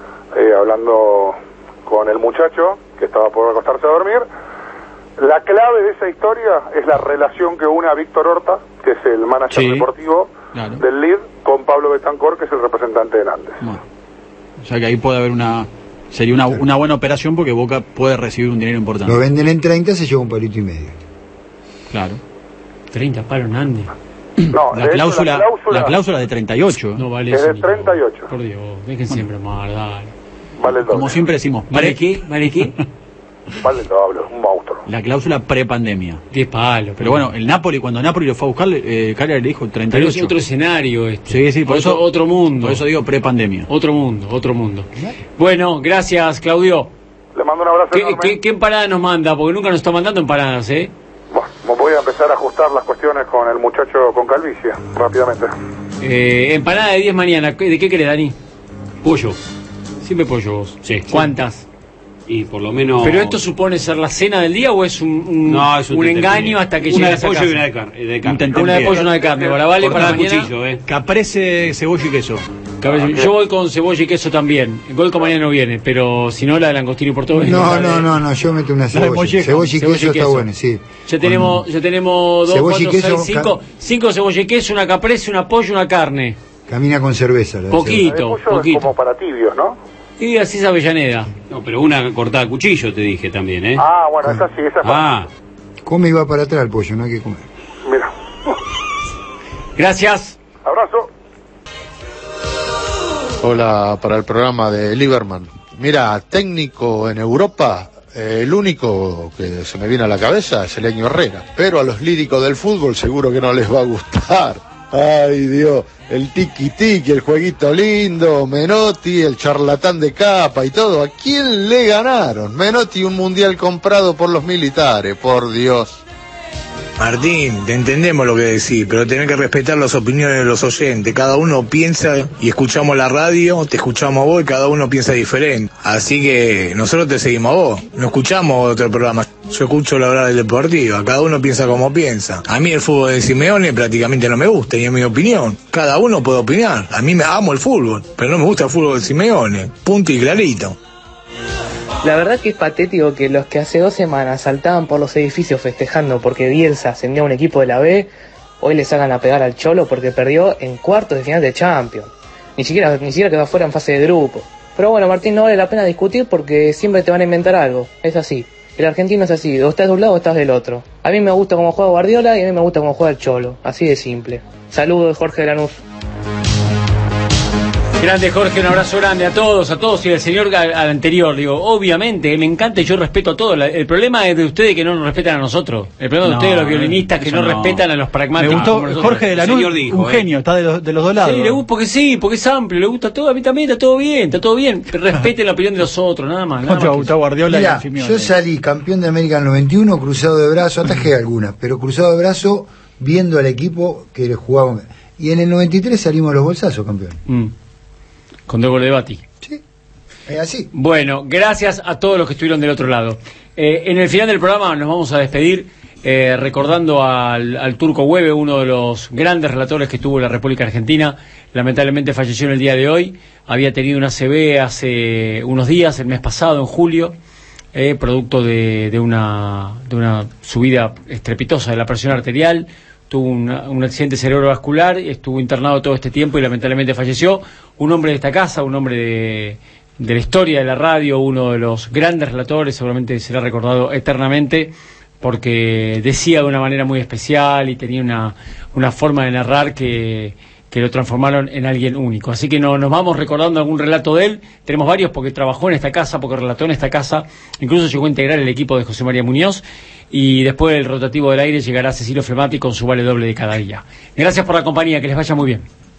hablando con el muchacho que estaba por acostarse a dormir, la clave de esa historia es la relación que une a Víctor Horta, que es el manager deportivo del Leeds, con Pablo Betancor, que es el representante de Nández. Bueno. O sea que ahí puede haber sería una buena operación porque Boca puede recibir un dinero importante. Lo venden en 30, se lleva $1,5 palo. Claro. 30 palos, Nández. No, la cláusula de 38. No vale es eso. de 38. Por Dios, dejen siempre mal, dale. Vale el doble. Como siempre decimos. ¿Vale qué? Vale el doble, un monstruo. La cláusula prepandemia. 10 palos. Pero bueno, el Napoli, cuando Napoli lo fue a buscar, Cagliari le dijo 38. Pero es otro escenario este. Sí, por eso otro mundo. Por eso digo prepandemia. Otro mundo. Bueno, gracias, Claudio. Le mando un abrazo enorme. ¿Qué empanada nos manda? Porque nunca nos está mandando empanadas, ¿eh? Bueno, voy a empezar a ajustar las cuestiones con el muchacho con calvicie, rápidamente. Empanada de 10 mañana. ¿De qué querés, Dani? Pollo. Siempre pollo vos. Sí. ¿Cuántas? Y por lo menos. ¿Pero esto supone ser la cena del día o es un engaño hasta que llegue a casa? Una de pollo y una de carne. Una de pollo y una de carne. Ahora vale para mañana. Cuchillo, Caprese, cebolla y queso. Yo voy con cebolla y queso también. El gol con mañana no viene, pero si no, la de langostino y portugués. No, yo meto una cebolla. Cebolla y queso está bueno, sí. Ya tenemos 2, 4, 6, 5. 5 cebolla y queso, una caprese, una pollo, una carne. Camina con cerveza. Poquito. Es como para tibios, ¿no? Y así es Avellaneda. No, pero una cortada a cuchillo te dije también, ¿eh? Ah, bueno, esa sí, esa es come y va para atrás el pollo, no hay que comer. Mira. Gracias. Abrazo. Hola, para el programa de Lieberman. Mira, técnico en Europa, el único que se me viene a la cabeza es el Eño Herrera. Pero a los líricos del fútbol seguro que no les va a gustar. Ay, Dios, el tiki-tiki, el jueguito lindo, Menotti, el charlatán de capa y todo. ¿A quién le ganaron? Menotti, un mundial comprado por los militares, por Dios. Martín, te entendemos lo que decís, pero tenés que respetar las opiniones de los oyentes. Cada uno piensa y escuchamos la radio, te escuchamos a vos y cada uno piensa diferente. Así que nosotros te seguimos a vos, no escuchamos otro programa. Yo escucho la hora del Deportiva, cada uno piensa como piensa. A mí el fútbol de Simeone prácticamente no me gusta y es mi opinión. Cada uno puede opinar. A mí me amo el fútbol, pero no me gusta el fútbol de Simeone. Punto y clarito. La verdad que es patético que los que hace 2 semanas saltaban por los edificios festejando porque Bielsa ascendió a un equipo de la B, hoy le sacan a pegar al Cholo porque perdió en cuartos de final de Champions. Ni siquiera quedó afuera en fase de grupo. Pero bueno, Martín, no vale la pena discutir porque siempre te van a inventar algo. Es así. El argentino es así, o estás de un lado o estás del otro. A mí me gusta cómo juega Guardiola y a mí me gusta cómo juega el Cholo. Así de simple. Saludos, Jorge de Lanús. Grande Jorge, un abrazo grande a todos y al señor al anterior. Digo, obviamente, me encanta y yo respeto a todos. El problema es de ustedes que no nos respetan a nosotros. El problema de ustedes, los violinistas, que no respetan a los pragmáticos. Me gustó Jorge de Lanús, un genio, está de los dos lados. Porque es amplio, le gusta todo, a mí también está todo bien. Respeten la opinión de los otros, nada más. Guardiola. Mirá, yo salí campeón de América en el 91, cruzado de brazo, atajé algunas, pero cruzado de brazo viendo al equipo que jugaba. Y en el 93 salimos a los bolsazos, campeón. Con 2 goles de Bati. Sí, es así. Bueno, gracias a todos los que estuvieron del otro lado. En el final del programa nos vamos a despedir recordando al Turco Hueve, uno de los grandes relatores que tuvo la República Argentina. Lamentablemente falleció en el día de hoy. Había tenido una ACV hace unos días, el mes pasado, en julio, producto de una subida estrepitosa de la presión arterial. Tuvo un accidente cerebrovascular, estuvo internado todo este tiempo y lamentablemente falleció. Un hombre de esta casa, un hombre de la historia de la radio, uno de los grandes relatores, seguramente será recordado eternamente, porque decía de una manera muy especial y tenía una forma de narrar que lo transformaron en alguien único. Así que nos vamos recordando algún relato de él. Tenemos varios porque trabajó en esta casa, porque relató en esta casa, incluso llegó a integrar el equipo de José María Muñoz, y después del rotativo del aire llegará Cecilio Fremati con su vale doble de cada día. Gracias por la compañía, que les vaya muy bien.